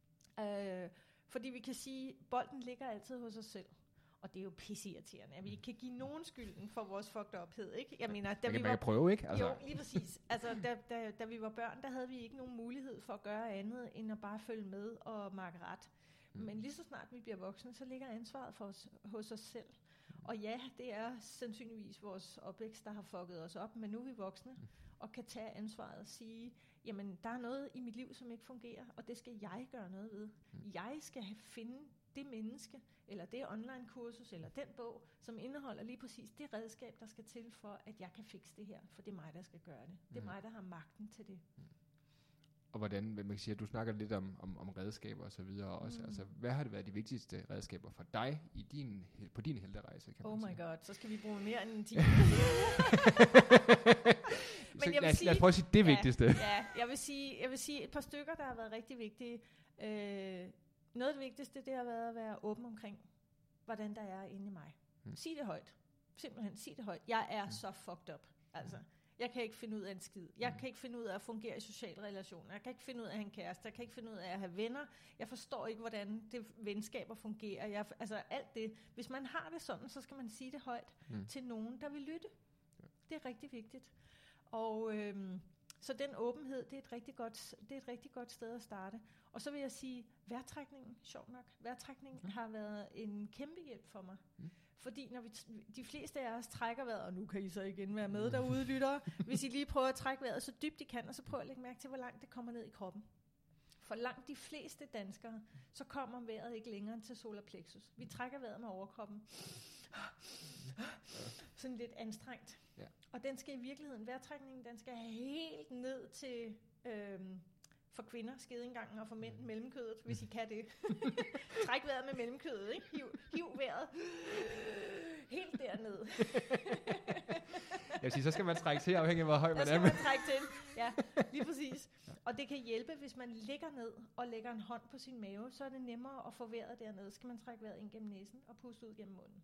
Speaker 1: Fordi vi kan sige, bolden ligger altid hos os selv. Og det er jo pisseirriterende, at vi ikke kan give nogen skylden for vores fucked uphed, ikke? Jeg mener, da vi var
Speaker 6: prøve, ikke? Altså.
Speaker 1: Jo, lige præcis. Altså, da vi var børn, der havde vi ikke nogen mulighed for at gøre andet, end at bare følge med og makke ret. Men lige så snart vi bliver voksne, så ligger ansvaret for os, hos os selv. Og ja, det er sandsynligvis vores opvækst, der har fucket os op, men nu er vi voksne og kan tage ansvaret og sige, jamen, der er noget i mit liv, som ikke fungerer, og det skal jeg gøre noget ved. Jeg skal finde det menneske, eller det online-kursus, eller den bog, som indeholder lige præcis det redskab, der skal til for, at jeg kan fikse det her, for det er mig, der skal gøre det. Det er mig, der har magten til det.
Speaker 6: Og hvordan, man kan sige, at du snakker lidt om redskaber og så videre også. Altså, hvad har det været de vigtigste redskaber for dig på din helterejse, kan man sige?
Speaker 1: Oh my god, så skal vi bruge mere end en time. Men
Speaker 6: lad os prøve at sige det vigtigste.
Speaker 1: Ja, jeg vil sige et par stykker, der har været rigtig vigtige. Noget af det vigtigste, det har været at være åben omkring, hvordan der er inde i mig. Sig det højt. Simpelthen, sig det højt. Jeg er så fucked up. Altså, jeg kan ikke finde ud af en skid. Jeg kan ikke finde ud af at fungere i sociale relationer. Jeg kan ikke finde ud af at have en kæreste. Jeg kan ikke finde ud af at have venner. Jeg forstår ikke, hvordan det venskaber fungerer. Altså alt det. Hvis man har det sådan, så skal man sige det højt til nogen, der vil lytte. Det er rigtig vigtigt. Og så den åbenhed, det er et rigtig godt sted at starte. Og så vil jeg sige, vejrtrækningen, sjovt nok, vejrtrækningen har været en kæmpe hjælp for mig. Fordi når de fleste af os trækker vejret, og nu kan I så igen være med derude, lyttere, hvis I lige prøver at trække vejret så dybt I kan, og så prøver at lægge mærke til, hvor langt det kommer ned i kroppen. For langt de fleste danskere, så kommer vejret ikke længere end til solar plexus. Vi trækker vejret med overkroppen. Sådan lidt anstrengt. Ja. Og den skal i virkeligheden, vejrtrækningen, den skal helt ned til, for kvinder, skedeindgangen, og for mænd, mellemkødet, hvis I kan det. Træk vejret med mellemkødet, ikke? Hiv vejret helt derned.
Speaker 6: Jeg vil sige, så skal man trække til, afhængig af hvor høj man er.
Speaker 1: Så skal man trække til, ja, lige præcis. Og det kan hjælpe, hvis man ligger ned og lægger en hånd på sin mave, så er det nemmere at få vejret dernede. Så skal man trække vejret ind gennem næsen og puste ud gennem munden.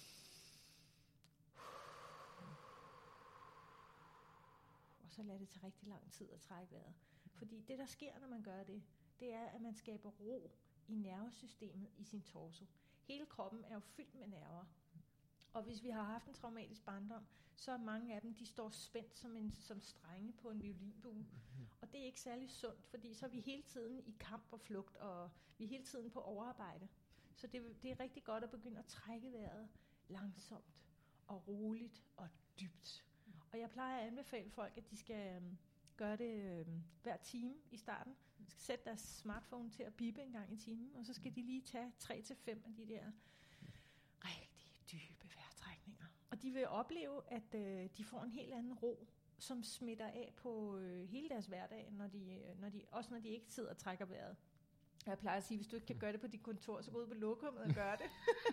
Speaker 1: Og så lader det tage rigtig lang tid at trække vejret. Fordi det, der sker, når man gør det, det er, at man skaber ro i nervesystemet i sin torso. Hele kroppen er jo fyldt med nerver. Og hvis vi har haft en traumatisk barndom, så er mange af dem, de står spændt som strenge på en violinbue. Og det er ikke særlig sundt, fordi så er vi hele tiden i kamp og flugt, og vi er hele tiden på overarbejde. Så det er rigtig godt at begynde at trække vejret langsomt og roligt og dybt. Og jeg plejer at anbefale folk, at de skal gøre det hver time i starten. De skal sætte deres smartphone til at bippe en gang i timen, og så skal de lige tage 3-5 af de der rigtig dybe vejrtrækninger. Og de vil opleve, at de får en helt anden ro, som smitter af på hele deres hverdag, når de ikke sidder og trækker vejret. Jeg plejer at sige, hvis du ikke kan gøre det på dit kontor, så gå ud på lokummet og gør det.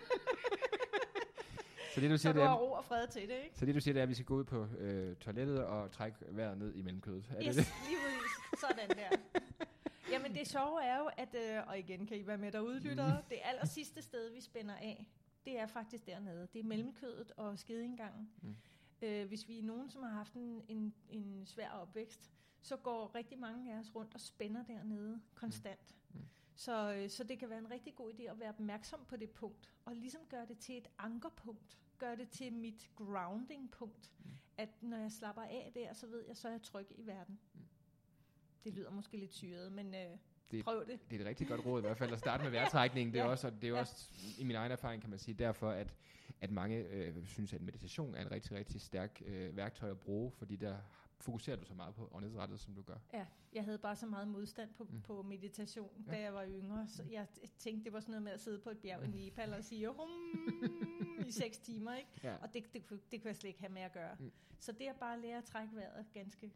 Speaker 6: Så det, du siger,
Speaker 1: så du har ro og fred til det, ikke?
Speaker 6: Så det, du siger, det er, at vi skal gå ud på toilettet og trække vejret ned i mellemkødet.
Speaker 1: Yes, lige præcis. Sådan der. Jamen det sjove er jo, at, og igen kan I være med derude, lyttere, det aller sidste sted, vi spænder af, det er faktisk dernede. Det er mellemkødet og skedeindgangen. Hvis vi er nogen, som har haft en svær opvækst, så går rigtig mange af os rundt og spænder dernede konstant. Så det kan være en rigtig god idé at være opmærksom på det punkt, og ligesom gøre det til et ankerpunkt. Gør det til mit grounding-punkt. At når jeg slapper af der, så ved jeg, så er jeg tryg i verden. Det lyder måske lidt syret, men prøv det. Det
Speaker 6: er et rigtig godt råd i hvert fald at starte med vejrtrækning. Det er også i min egen erfaring, kan man sige, derfor at mange synes, at meditation er en rigtig, rigtig stærk værktøj at bruge, fordi der fokuserer du så meget på åndedrættet, som du gør.
Speaker 1: Ja, jeg havde bare så meget modstand på meditation, da jeg var yngre. Så jeg tænkte, det var sådan noget med at sidde på et bjerg i Nepal og sige i 6 timer, ikke? Ja. Og det kunne jeg slet ikke have med at gøre. Så det at bare lære at trække vejret ganske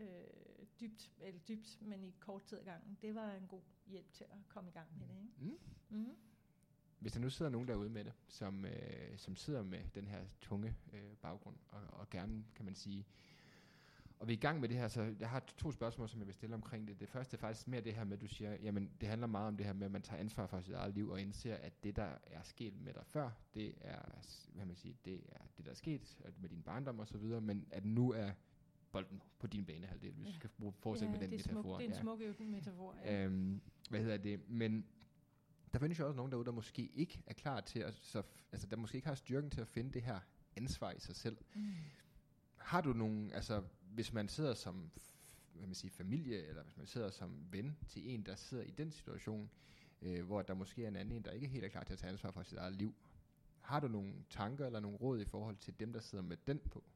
Speaker 1: dybt, men i kort tid ad gangen, det var en god hjælp til at komme i gang med det, ikke?
Speaker 6: Hvis der nu sidder nogen derude med det, som sidder med den her tunge baggrund, og gerne, kan man sige, og vi er i gang med det her, så jeg har 2 spørgsmål, som jeg vil stille omkring det. Det første er faktisk mere det her med, at du siger, jamen det handler meget om det her med, at man tager ansvar for sit eget liv, og indser, at det, der er sket med dig før, det er, hvad man siger, det er det, der er sket med din barndom og så videre, men at nu er bolden på din banehalvdel, hvis vi skal fortsætte med den metafor.
Speaker 1: Det er en smuk metafor,
Speaker 6: Hvad hedder det? Men der findes jo også nogen derude, der måske ikke er klar til, altså der måske ikke har styrken til at finde det her ansvar i sig selv. Har du nogen, altså hvis man sidder som familie, eller hvis man sidder som ven til en, der sidder i den situation, hvor der måske er en anden, der ikke helt er klar til at tage ansvar for sit eget liv. Har du nogle tanker eller nogle råd i forhold til dem, der sidder med den på?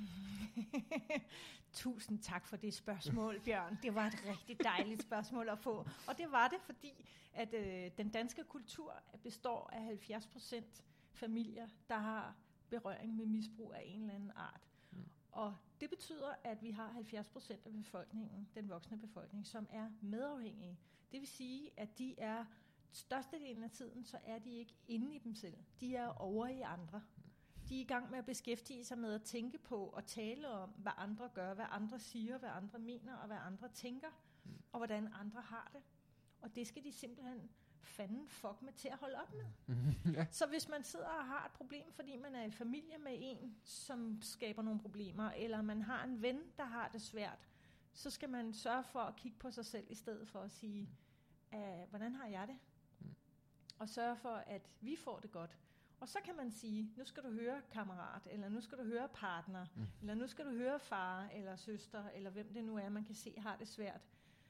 Speaker 1: Tusind tak for det spørgsmål, Bjørn. Det var et rigtig dejligt spørgsmål at få. Og det var det, fordi at den danske kultur består af 70% familier, der har berøring med misbrug af en eller anden art. Og det betyder, at vi har 70% af befolkningen, den voksne befolkning, som er medafhængige. Det vil sige, at de er størstedelen af tiden, så er de ikke inde i dem selv. De er over i andre. De er i gang med at beskæftige sig med at tænke på og tale om, hvad andre gør, hvad andre siger, hvad andre mener og hvad andre tænker, og hvordan andre har det. Og det skal de simpelthen fuck med til at holde op med. Så hvis man sidder og har et problem, fordi man er i familie med en, som skaber nogle problemer, eller man har en ven, der har det svært, så skal man sørge for at kigge på sig selv, i stedet for at sige, hvordan har jeg det? Og sørge for, at vi får det godt. Og så kan man sige, nu skal du høre kammerat, eller nu skal du høre partner, eller nu skal du høre far, eller søster, eller hvem det nu er, man kan se har det svært.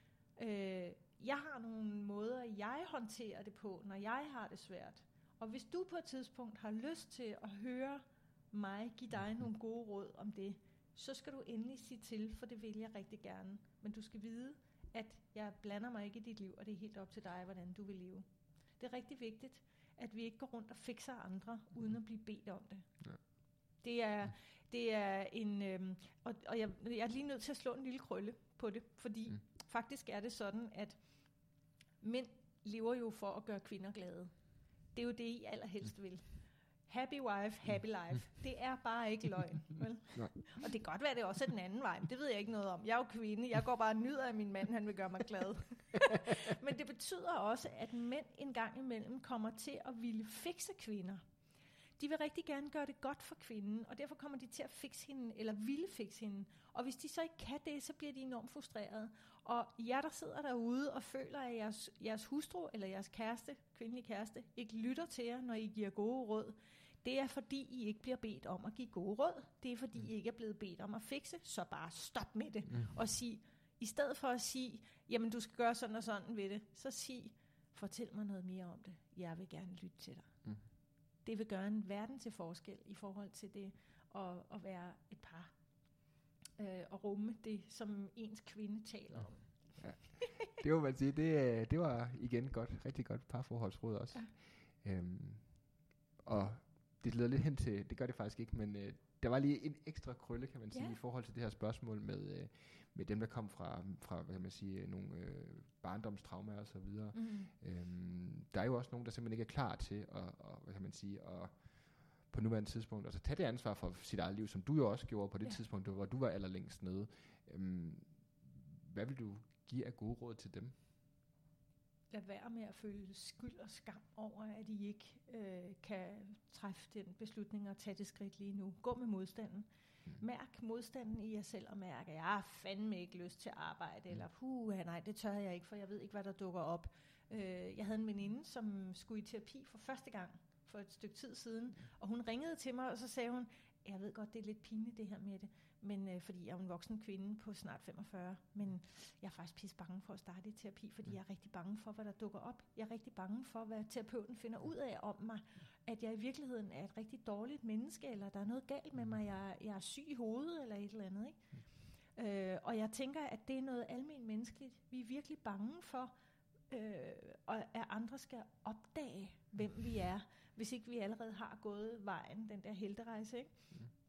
Speaker 1: Jeg har nogle måder, jeg håndterer det på, når jeg har det svært. Og hvis du på et tidspunkt har lyst til at høre mig give dig nogle gode råd om det, så skal du endelig sige til, for det vil jeg rigtig gerne. Men du skal vide, at jeg blander mig ikke i dit liv, og det er helt op til dig, hvordan du vil leve. Det er rigtig vigtigt, at vi ikke går rundt og fikser andre, uden at blive bedt om det. Ja. Det er en... Og jeg er lige nødt til at slå en lille krølle på det, fordi faktisk er det sådan, at mænd lever jo for at gøre kvinder glade. Det er jo det, I allerhelst vil. Happy wife, happy life. Det er bare ikke løgn. Vel? Og det kan godt være, det også er den anden vej, men det ved jeg ikke noget om. Jeg er jo kvinde, jeg går bare og nyder af min mand, han vil gøre mig glad. Men det betyder også, at mænd en gang imellem kommer til at ville fikse kvinder. De vil rigtig gerne gøre det godt for kvinden, og derfor kommer de til at fikse hende, eller ville fikse hende. Og hvis de så ikke kan det, så bliver de enormt frustrerede. Og jer, der sidder derude og føler, at jeres hustru eller jeres kæreste, kvindelige kæreste, ikke lytter til jer, når I giver gode råd, det er fordi, I ikke bliver bedt om at give gode råd. Det er fordi, I ikke er blevet bedt om at fikse, så bare stop med det. Og sig, i stedet for at sige, jamen du skal gøre sådan og sådan ved det, så sig, fortæl mig noget mere om det. Jeg vil gerne lytte til dig. Det vil gøre en verden til forskel i forhold til det at være et par. Og rumme det, som ens kvinde taler om.
Speaker 6: Ja. Det må man sige, det var igen rigtig godt parforholdsråd også. Ja. Og det leder lidt hen til, det gør det faktisk ikke, men der var lige en ekstra krølle, kan man sige, i forhold til det her spørgsmål med dem, der kom fra hvad kan man sige, nogle barndomstraumer og så videre. Der er jo også nogen, der simpelthen ikke er klar til at hvad kan man sige, at på nuværende tidspunkt, altså tage det ansvar for sit eget liv, som du jo også gjorde på det tidspunkt, hvor du var allerlængst nede. Hvad vil du give af gode råd til dem?
Speaker 1: Lad være med at føle skyld og skam over, at I ikke kan træffe den beslutning og tage det skridt lige nu. Gå med modstanden. Mærk modstanden i jer selv, og mærk, at jeg har fandme ikke lyst til at arbejde, eller nej, det tør jeg ikke, for jeg ved ikke, hvad der dukker op. Jeg havde en veninde, som skulle i terapi for første gang for et stykke tid siden, og hun ringede til mig, og så sagde hun, jeg ved godt, det er lidt pinligt det her med det, men fordi jeg er en voksen kvinde på snart 45, men jeg er faktisk pisse bange for at starte i terapi, fordi jeg er rigtig bange for, hvad der dukker op. Jeg er rigtig bange for, hvad terapeuten finder ud af om mig, at jeg i virkeligheden er et rigtig dårligt menneske, eller der er noget galt med mig, jeg er syg i hovedet, eller et eller andet, ikke? Og jeg tænker, at det er noget almen menneskeligt. Vi er virkelig bange for, at andre skal opdage, hvem vi er, hvis ikke vi allerede har gået vejen, den der helterejse, ikke?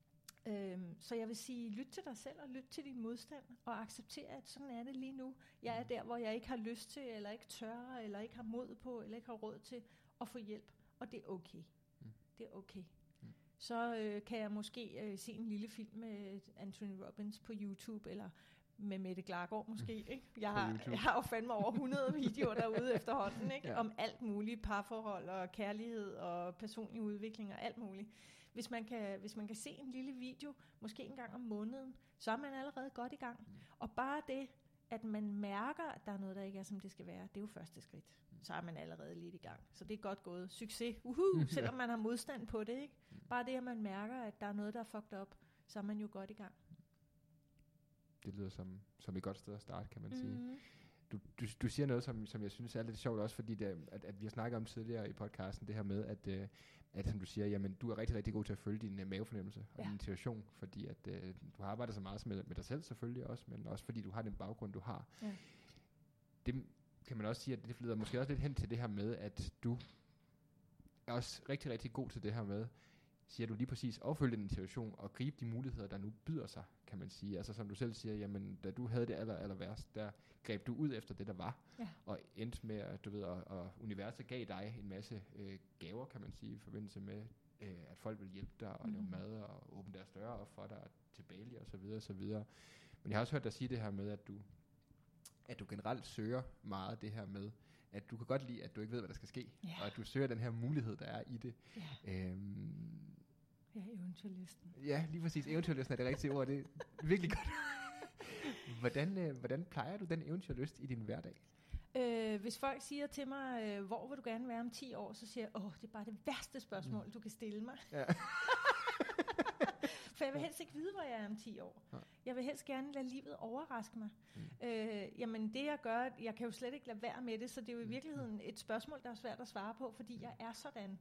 Speaker 1: Så jeg vil sige, lyt til dig selv og lyt til din modstand og acceptere, at sådan er det lige nu. Jeg er der, hvor jeg ikke har lyst til, eller ikke tør, eller ikke har mod på, eller ikke har råd til at få hjælp. Og det er okay. Det er okay. Så kan jeg måske se en lille film med Anthony Robbins på YouTube, eller med Mette Glargaard måske. Ikke? Jeg har jo fandme over 100 videoer derude efterhånden, ikke? Om alt muligt, parforhold og kærlighed og personlig udvikling og alt muligt. Hvis man kan se en lille video, måske en gang om måneden, så er man allerede godt i gang. Og bare det, at man mærker, at der er noget, der ikke er, som det skal være, det er jo første skridt. Så er man allerede lidt i gang. Så det er godt gået. Succes. Selvom man har modstand på det, ikke? Bare det, at man mærker, at der er noget, der er fucked up, så er man jo godt i gang.
Speaker 6: Det lyder som et godt sted at starte, kan man sige. Du siger noget, som jeg synes er lidt sjovt også, fordi at vi har snakket om tidligere i podcasten, det her med, at som du siger, jamen du er rigtig, rigtig god til at følge din mavefornemmelse og din intuition, fordi at du har arbejdet så meget med dig selv selvfølgelig også, men også fordi du har den baggrund, du har. Ja. Det kan man også sige, at det leder måske også lidt hen til det her med, at du er også rigtig, rigtig god til det her med, siger du lige præcis, at følge den situation og gribe de muligheder, der nu byder sig, kan man sige. Altså som du selv siger, jamen da du havde det aller værst, der greb du ud efter det, der var, og endte med, at du ved, og universet gav dig en masse gaver, kan man sige, i forbindelse med, at folk vil hjælpe dig og lave mad og åbne deres døre op for dig til Bali og så videre og så videre. Men jeg har også hørt dig sige det her med, at du generelt søger meget det her med, at du kan godt lide, at du ikke ved, hvad der skal ske, og at du søger den her mulighed, der er i det.
Speaker 1: Ja, eventyrlysten.
Speaker 6: Ja, lige præcis. Eventyrlysten er det rigtige ord. Det er virkelig godt. Hvordan plejer du den eventyrlyst i din hverdag?
Speaker 1: Hvis folk siger til mig, hvor vil du gerne være om 10 år, så siger jeg, det er bare det værste spørgsmål, du kan stille mig. Ja. For jeg vil helst ikke vide, hvor jeg er om 10 år. Ja. Jeg vil helst gerne lade livet overraske mig. Jamen det jeg gør, jeg kan jo slet ikke lade være med det, så det er jo i virkeligheden et spørgsmål, der er svært at svare på, fordi jeg er sådan.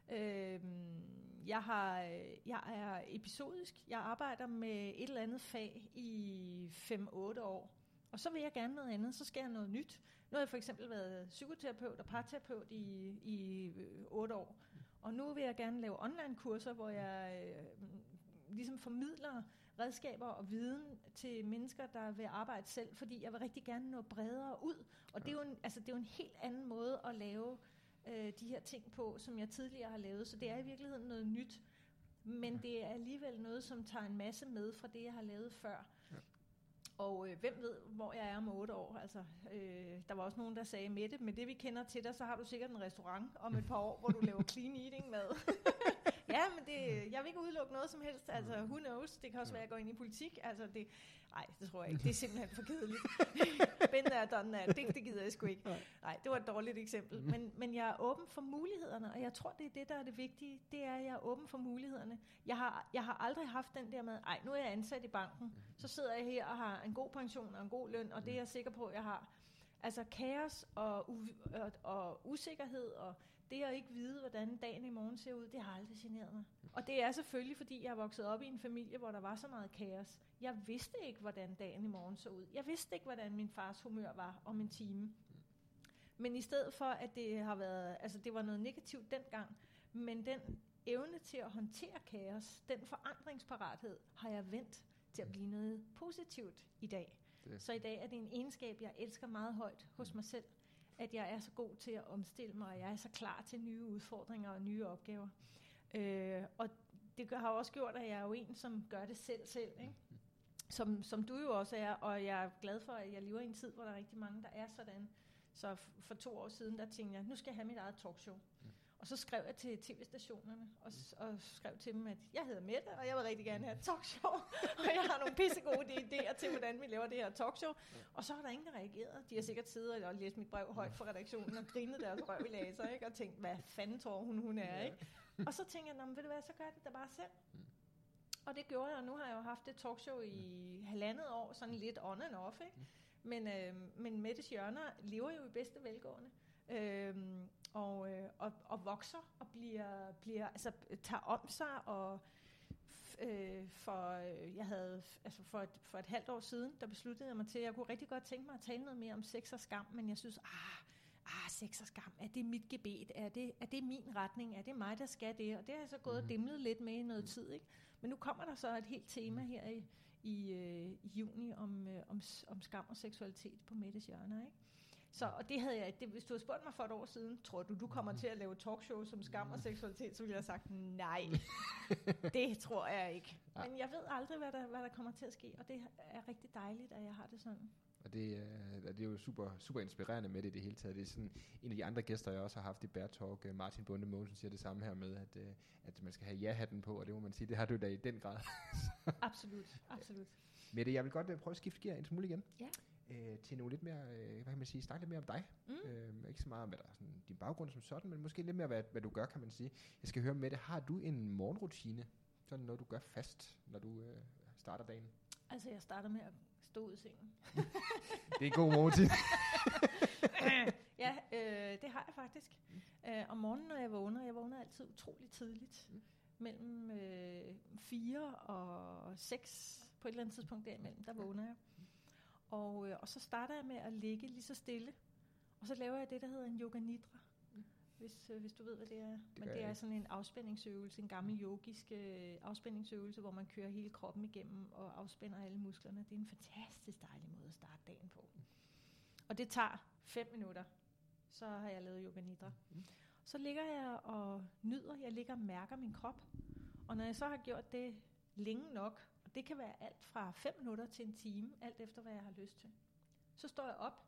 Speaker 1: Jeg er episodisk. Jeg arbejder med et eller andet fag i 5-8 år. Og så vil jeg gerne noget andet, så skal jeg noget nyt. Nu har jeg for eksempel været psykoterapeut og parterapeut i 8 år. Og nu vil jeg gerne lave online-kurser, hvor jeg ligesom formidler redskaber og viden til mennesker, der vil arbejde selv, fordi jeg vil rigtig gerne nå bredere ud. Og det er jo en helt anden måde at lave de her ting på, som jeg tidligere har lavet. Så det er i virkeligheden noget nyt. Men det er alligevel noget, som tager en masse med fra det, jeg har lavet før. Ja. Og hvem ved, hvor jeg er om 8 år. Altså, der var også nogen, der sagde, Mette, med det vi kender til dig, så har du sikkert en restaurant om et par år, hvor du laver clean eating mad. Ja, men jeg vil ikke udelukke noget som helst. Altså, who knows? Det kan også være at gå ind i politik. Altså, nej, det tror jeg ikke. Det er simpelthen for kedeligt. Been there, done that. Det gider jeg sgu ikke. Nej, det var et dårligt eksempel. Men jeg er åben for mulighederne, og jeg tror, det er det, der er det vigtige. Det er, at jeg er åben for mulighederne. Jeg har aldrig haft den der med, nu er jeg ansat i banken. Så sidder jeg her og har en god pension og en god løn, og det er jeg sikker på, at jeg har. Altså kaos og usikkerhed og det at ikke vide, hvordan dagen i morgen ser ud, det har aldrig generet mig. Og det er selvfølgelig, fordi jeg er vokset op i en familie, hvor der var så meget kaos. Jeg vidste ikke, hvordan dagen i morgen så ud. Jeg vidste ikke, hvordan min fars humør var om en time. Men i stedet for, at det har været, altså det var noget negativt dengang, men den evne til at håndtere kaos, den forandringsparathed, har jeg vendt til at blive noget positivt i dag. Så i dag er det en egenskab, jeg elsker meget højt hos mig selv, at jeg er så god til at omstille mig, og jeg er så klar til nye udfordringer og nye opgaver. Og det har også gjort, at jeg er jo en, som gør det selv, ikke? Som du jo også er, og jeg er glad for, at jeg lever i en tid, hvor der er rigtig mange, der er sådan. Så for 2 år siden, der tænkte jeg, nu skal jeg have mit eget talkshow. Og så skrev jeg til tv-stationerne, og skrev til dem, at jeg hedder Mette, og jeg vil rigtig gerne have et talkshow, og jeg har nogle pissegode idéer til, hvordan vi laver det her talkshow. Og så har der ingen, der reageret. De har sikkert siddet og læst mit brev højt for redaktionen, og grinet deres røv i laser, ikke? Og tænkt, hvad fanden tror hun er, ikke? Og så tænkte jeg, ved du hvad, så gør jeg det da bare selv. Og det gjorde jeg, og nu har jeg jo haft et talkshow i 1,5 år, sådan lidt on and off, ikke? Men Mettes Hjørner lever jo i bedste velgående. Og vokser og bliver altså tager om sig og for et halvt år siden, der besluttede jeg mig til, at jeg kunne rigtig godt tænke mig at tale noget mere om sex og skam, men jeg synes, sex og skam, er det mit gebet? Er det min retning? Er det mig, der skal det? Og det har jeg så gået og dimlet lidt med i noget tid, ikke? Men nu kommer der så et helt tema her i juni om skam og seksualitet på Mettes Hjørner, ikke? Så, og det havde jeg, hvis du havde spurgt mig for et år siden, tror du kommer til at lave talkshow som skam og seksualitet, så ville jeg have sagt, nej, det tror jeg ikke. Men jeg ved aldrig, hvad der kommer til at ske, og det er rigtig dejligt, at jeg har det sådan.
Speaker 6: Og det er jo super, super inspirerende med det hele taget. Det er sådan en af de andre gæster, jeg også har haft i Bear Talk, Martin Bonde Mogensen, siger det samme her med, at man skal have ja-hatten på, og det må man sige, det har du da i den grad.
Speaker 1: Absolut.
Speaker 6: Mette, jeg vil godt prøve at skifte gear en smule igen.
Speaker 1: Ja.
Speaker 6: Til noget lidt mere, hvad kan man sige, snakke lidt mere om dig. Ikke så meget om hvad der er sådan, din baggrund som sådan, men måske lidt mere, hvad du gør, kan man sige. Jeg skal høre med det. Har du en morgenrutine? Sådan noget, du gør fast, når du starter dagen?
Speaker 1: Altså, jeg starter med at stå ud i sengen.
Speaker 6: Det er en god morgenrutine.
Speaker 1: Ja, det har jeg faktisk. Om morgenen, når jeg vågner altid utrolig tidligt. Mellem 4 og 6 på et eller andet tidspunkt derimellem, der vågner jeg. Og så starter jeg med at ligge lige så stille. Og så laver jeg det, der hedder en yoga nidra. Hvis du ved, hvad det er. Men det er sådan en afspændingsøvelse, en gammel yogisk afspændingsøvelse, hvor man kører hele kroppen igennem og afspænder alle musklerne. Det er en fantastisk dejlig måde at starte dagen på. Og det tager 5 minutter. Så har jeg lavet yoga nidra. Så ligger jeg og nyder. Jeg ligger og mærker min krop. Og når jeg så har gjort det længe nok, og det kan være alt fra 5 minutter til en time, alt efter hvad jeg har lyst til, så står jeg op,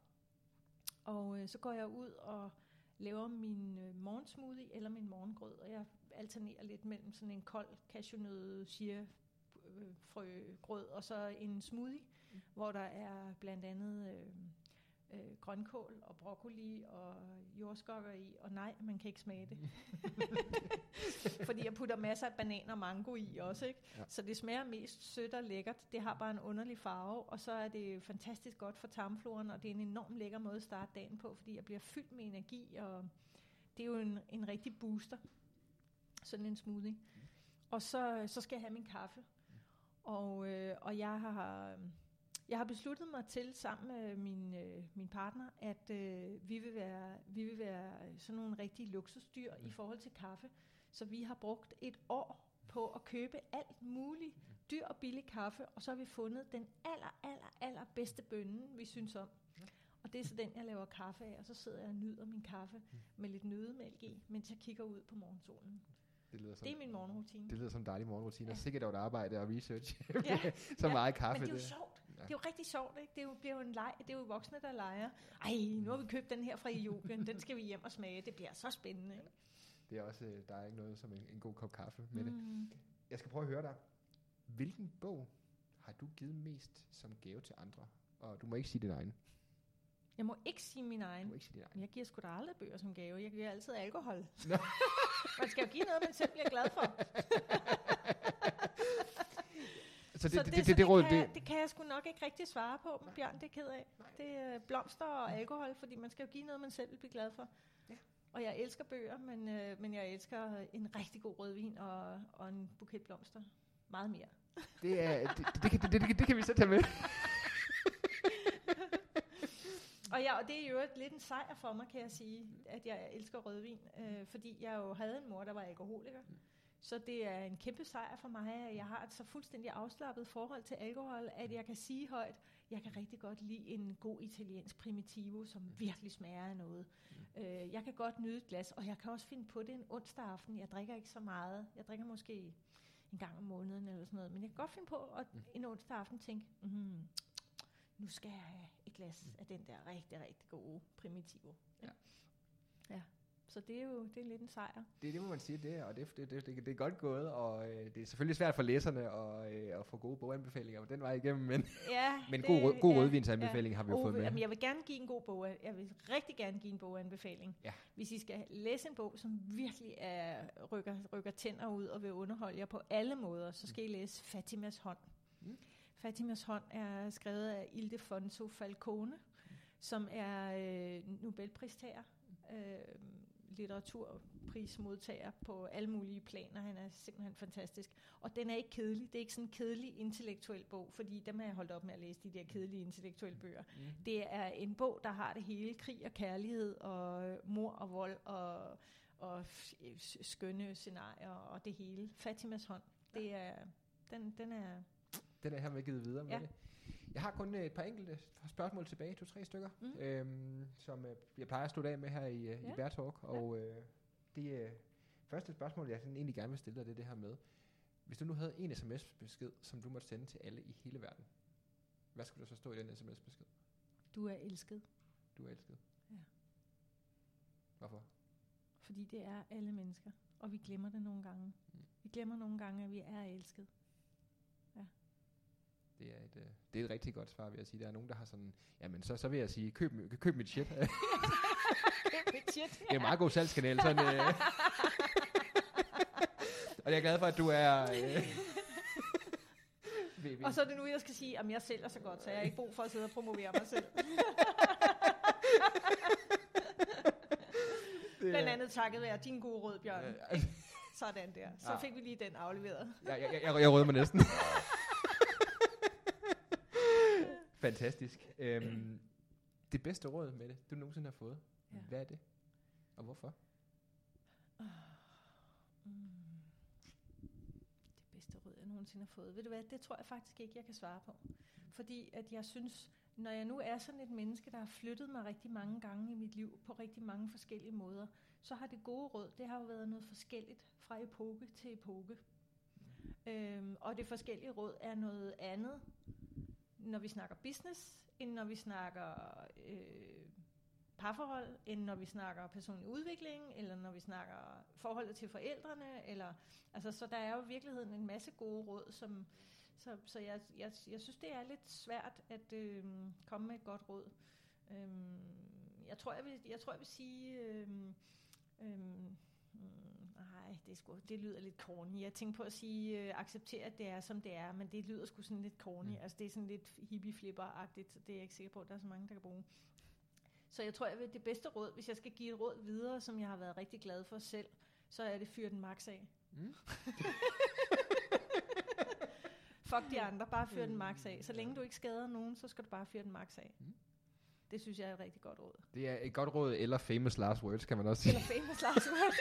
Speaker 1: og så går jeg ud og laver min morgensmoothie eller min morgengrød, og jeg alternerer lidt mellem sådan en kold cashewnød, chia-frøgrød og så en smoothie, hvor der er blandt andet grønkål og broccoli og jordskokker i, og nej, man kan ikke smage det. Fordi jeg putter masser af banan og mango i også, ikke? Ja. Så det smager mest sødt og lækkert. Det har bare en underlig farve, og så er det fantastisk godt for tarmfloren, og det er en enormt lækker måde at starte dagen på, fordi jeg bliver fyldt med energi, og det er jo en rigtig booster, sådan en smoothie. Og så skal jeg have min kaffe, og jeg har besluttet mig til, sammen med min partner, at vi vil være sådan nogle rigtige luksusdyr i forhold til kaffe. Så vi har brugt 1 år på at købe alt muligt dyr og billig kaffe, og så har vi fundet den aller bedste bønne, vi synes om. Og det er så den, jeg laver kaffe af, og så sidder jeg og nyder min kaffe med lidt nødemælk i, mens jeg kigger ud på morgensolen. Det er min morgenrutine.
Speaker 6: Det lyder som en dejlig morgenrutine, og sikkert et arbejde og research.
Speaker 1: Så
Speaker 6: meget kaffe.
Speaker 1: Men det er jo sjovt. Ja. Det er jo rigtig sjovt, ikke? Det bliver jo en leg. Det er jo voksne, der leger. Ej, nu har vi købt den her fra yogaen. Den skal vi hjem og smage. Det bliver så spændende, ikke?
Speaker 6: Det er også, der er ikke noget som en god kop kaffe med det. Jeg skal prøve at høre dig. Hvilken bog har du givet mest som gave til andre? Og du må ikke sige din egen.
Speaker 1: Jeg må ikke sige min egen. Men jeg giver sgu da aldrig bøger som gave. Jeg giver altid alkohol. Man skal jo give noget, man selv bliver glad for. Så det kan jeg sgu nok ikke rigtig svare på, Bjørn, det er ked af. Det er blomster og alkohol, fordi man skal jo give noget, man selv vil blive glad for. Ja. Og jeg elsker bøger, men jeg elsker en rigtig god rødvin og en buket blomster. Meget mere.
Speaker 6: Det kan vi så tage med.
Speaker 1: Og det er jo lidt en sejr for mig, kan jeg sige, at jeg elsker rødvin, fordi jeg jo havde en mor, der var alkoholiker. Så det er en kæmpe sejr for mig, at jeg har et så fuldstændig afslappet forhold til alkohol, at jeg kan sige højt, jeg kan rigtig godt lide en god italiensk primitivo, som virkelig smager af noget. Jeg kan godt nyde et glas, og jeg kan også finde på det en onsdag aften. Jeg drikker ikke så meget. Jeg drikker måske en gang om måneden eller sådan noget, men jeg kan godt finde på at en onsdag aften tænke, nu skal jeg have et glas af den der rigtig, rigtig gode primitivo. Ja. Så det er lidt en sejr.
Speaker 6: Det må man sige, det er, og det er godt gået, og det er selvfølgelig svært for læserne at få gode boganbefalinger på den vej igennem, men, men god rødvinsanbefaling har vi jo fået med.
Speaker 1: Jamen, jeg vil gerne give en god bog. Jeg vil rigtig gerne give en boganbefaling. Ja. Hvis I skal læse en bog, som virkelig rykker tænder ud og vil underholde jer på alle måder, så skal I læse Fatimas hånd. Fatimas hånd er skrevet af Ildefonso Falcone, som er Nobelpristager, litteraturprismodtager på alle mulige planer. Han er simpelthen fantastisk. Og den er ikke kedelig. Det er ikke sådan en kedelig intellektuel bog, fordi dem har jeg holdt op med at læse, de der kedelige intellektuelle bøger. Det er en bog, der har det hele. Krig og kærlighed, og mord og vold, og skønne scenarier, og det hele. Fatimas hånd. Det er, den er...
Speaker 6: Den er hermed givet videre med det. Jeg har kun et par enkelte spørgsmål tilbage, 2-3 stykker, som jeg plejer at slutte af med her i Bear Talk. Og det første spørgsmål, jeg egentlig gerne vil stille dig, det er det her med, hvis du nu havde en sms-besked, som du måtte sende til alle i hele verden, hvad skulle der så stå i den sms-besked?
Speaker 1: Du er elsket.
Speaker 6: Du er elsket?
Speaker 1: Ja.
Speaker 6: Hvorfor?
Speaker 1: Fordi det er alle mennesker, og vi glemmer det nogle gange. Vi glemmer nogle gange, at vi er elsket.
Speaker 6: Det er et rigtig godt svar, vil jeg sige. Der er nogen, der har sådan, jamen så vil jeg sige, køb mit shit.
Speaker 1: Køb mit shit.
Speaker 6: Det er en meget god salgskanal. Sådan, og jeg er glad for, at du er...
Speaker 1: Og så er det nu, jeg skal sige, at jeg sælger så godt, så jeg har ikke brug for at sidde og promovere mig selv. Blandt andet takket være din gode rød, Bjørn. Sådan der. Så fik vi lige den afleveret.
Speaker 6: Jeg rød mig næsten. Fantastisk. Det bedste råd med det, du nogensinde har fået, hvad er det? Og hvorfor?
Speaker 1: Det bedste råd, jeg nogensinde har fået. Ved du hvad, det tror jeg faktisk ikke, jeg kan svare på. Fordi at jeg synes, når jeg nu er sådan et menneske, der har flyttet mig rigtig mange gange i mit liv, på rigtig mange forskellige måder, så har det gode råd, det har jo været noget forskelligt fra epoke til epoke. Og det forskellige råd er noget andet, når vi snakker business, end når vi snakker parforhold, end når vi snakker personlig udvikling, eller når vi snakker forholdet til forældrene, eller altså så der er jo i virkeligheden en masse gode råd, så jeg synes det er lidt svært at komme med et godt råd. Jeg tror jeg vil sige det lyder lidt corny. Jeg tænkte på at sige, acceptere, at det er, som det er, men det lyder sgu sådan lidt corny. Altså, det er sådan lidt hippie-flipper-agtigt, så det er jeg ikke sikker på, at der er så mange, der kan bruge. Så jeg tror, at det bedste råd, hvis jeg skal give et råd videre, som jeg har været rigtig glad for selv, så er det fyr den max af. Fuck de andre, bare fyr den max af. Så længe du ikke skader nogen, så skal du bare fyre den max af. Det synes jeg er et rigtig godt råd.
Speaker 6: Det er et godt råd, eller famous last words, kan man også sige.
Speaker 1: Eller famous last words.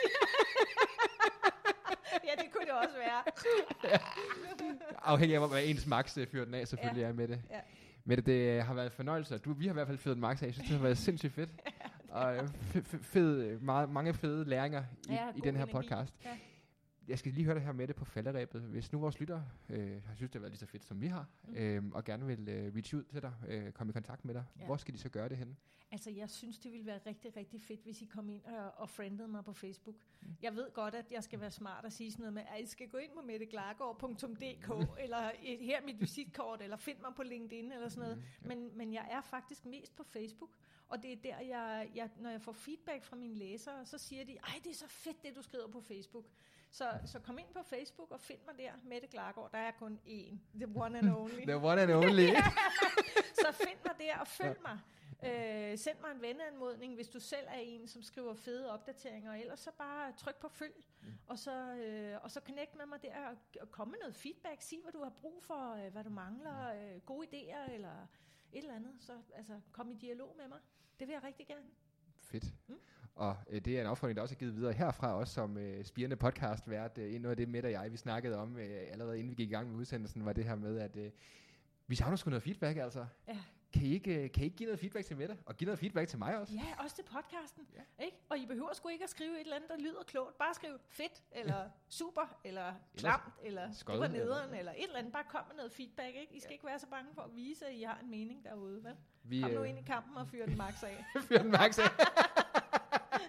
Speaker 1: Ja, det kunne det også være.
Speaker 6: Afhængig af, hvor ens max fyrer den af, selvfølgelig er med det. Ja. Men det har været en fornøjelse. Vi har i hvert fald fyret den max af. Jeg synes, det har været sindssygt fedt. Og mange fede læringer i den her podcast. Ja. Jeg skal lige høre det her med det på falderæbet. Hvis nu vores lytter har synes, det har været lige så fedt, som vi har, og gerne vil reach ud til dig, komme i kontakt med dig, hvor skal de så gøre det henne?
Speaker 1: Altså, jeg synes, det ville være rigtig, rigtig fedt, hvis I kom ind og friendede mig på Facebook. Jeg ved godt, at jeg skal være smart og sige sådan noget med, at I skal gå ind på metteglargaard.dk, eller her mit visitkort, eller find mig på LinkedIn, eller sådan noget. Men jeg er faktisk mest på Facebook. Og det er der, jeg når jeg får feedback fra mine læsere, så siger de, ej, det er så fedt, det du skriver på Facebook. Så kom ind på Facebook og find mig der, Mette Glargaard. Der er kun én. The one and only.
Speaker 6: The one and only.
Speaker 1: Så find mig der og følg mig. Send mig en venneanmodning, hvis du selv er en, som skriver fede opdateringer. Ellers så bare tryk på følg. Og så connect med mig der og kom med noget feedback. Sig, hvad du har brug for, hvad du mangler, gode idéer eller et eller andet. Så altså, kom i dialog med mig. Det vil jeg rigtig gerne.
Speaker 6: Fedt. Og det er en opfordring, der også er givet videre herfra, også som spirende podcastvært. Noget af det Mette og jeg, vi snakkede om allerede inden vi gik i gang med udsendelsen, var det her med, at vi savner sgu noget feedback, altså. Ja. Kan I ikke give noget feedback til Mette? Og give noget feedback til mig også?
Speaker 1: Ja, også til podcasten. Ja. Ikke? Og I behøver sgu ikke at skrive et eller andet, der lyder klogt. Bare skriv fedt, eller super, eller klamt, eller det var nederen, eller et eller andet. Bare kom med noget feedback. Ikke? I skal ikke være så bange for at vise, at I har en mening derude. Vel? Kom nu ind i kampen og fyr den max af.
Speaker 6: Fyr den max af.
Speaker 1: Vi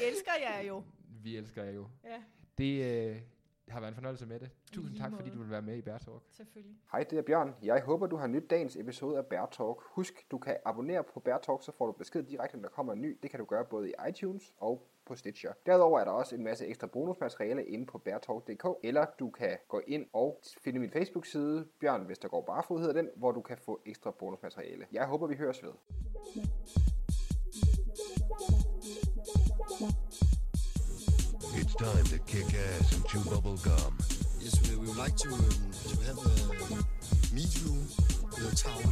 Speaker 1: elsker jer jo.
Speaker 6: Vi elsker jer jo.
Speaker 1: Ja,
Speaker 6: Det har været en fornøjelse med det. Tusind
Speaker 1: lige
Speaker 6: tak, fordi
Speaker 1: måde.
Speaker 6: du vil være med i Bear Talk.
Speaker 1: selvfølgelig.
Speaker 2: Hej, det er Bjørn. Jeg håber, du har nydt dagens episode af Bear Talk. Husk, du kan abonnere på Bear Talk, så får du besked direkte, når der kommer en ny. Det kan du gøre både i iTunes og på Stitcher. Derudover er der også en masse ekstra bonusmateriale inde på beartalk.dk, eller du kan gå ind og finde min Facebook-side, Bjørn Vestergaard Barfod hedder den, hvor du kan få ekstra bonusmateriale. Jeg håber, vi høres ved.
Speaker 3: It's time to kick ass and chew bubble gum.
Speaker 4: Yes, we would like to have a meet room with a towel.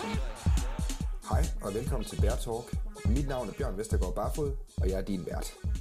Speaker 5: Hej og velkommen til Bear Talk. Mit navn er Bjørn Vestergaard Barfod, og jeg er din vært.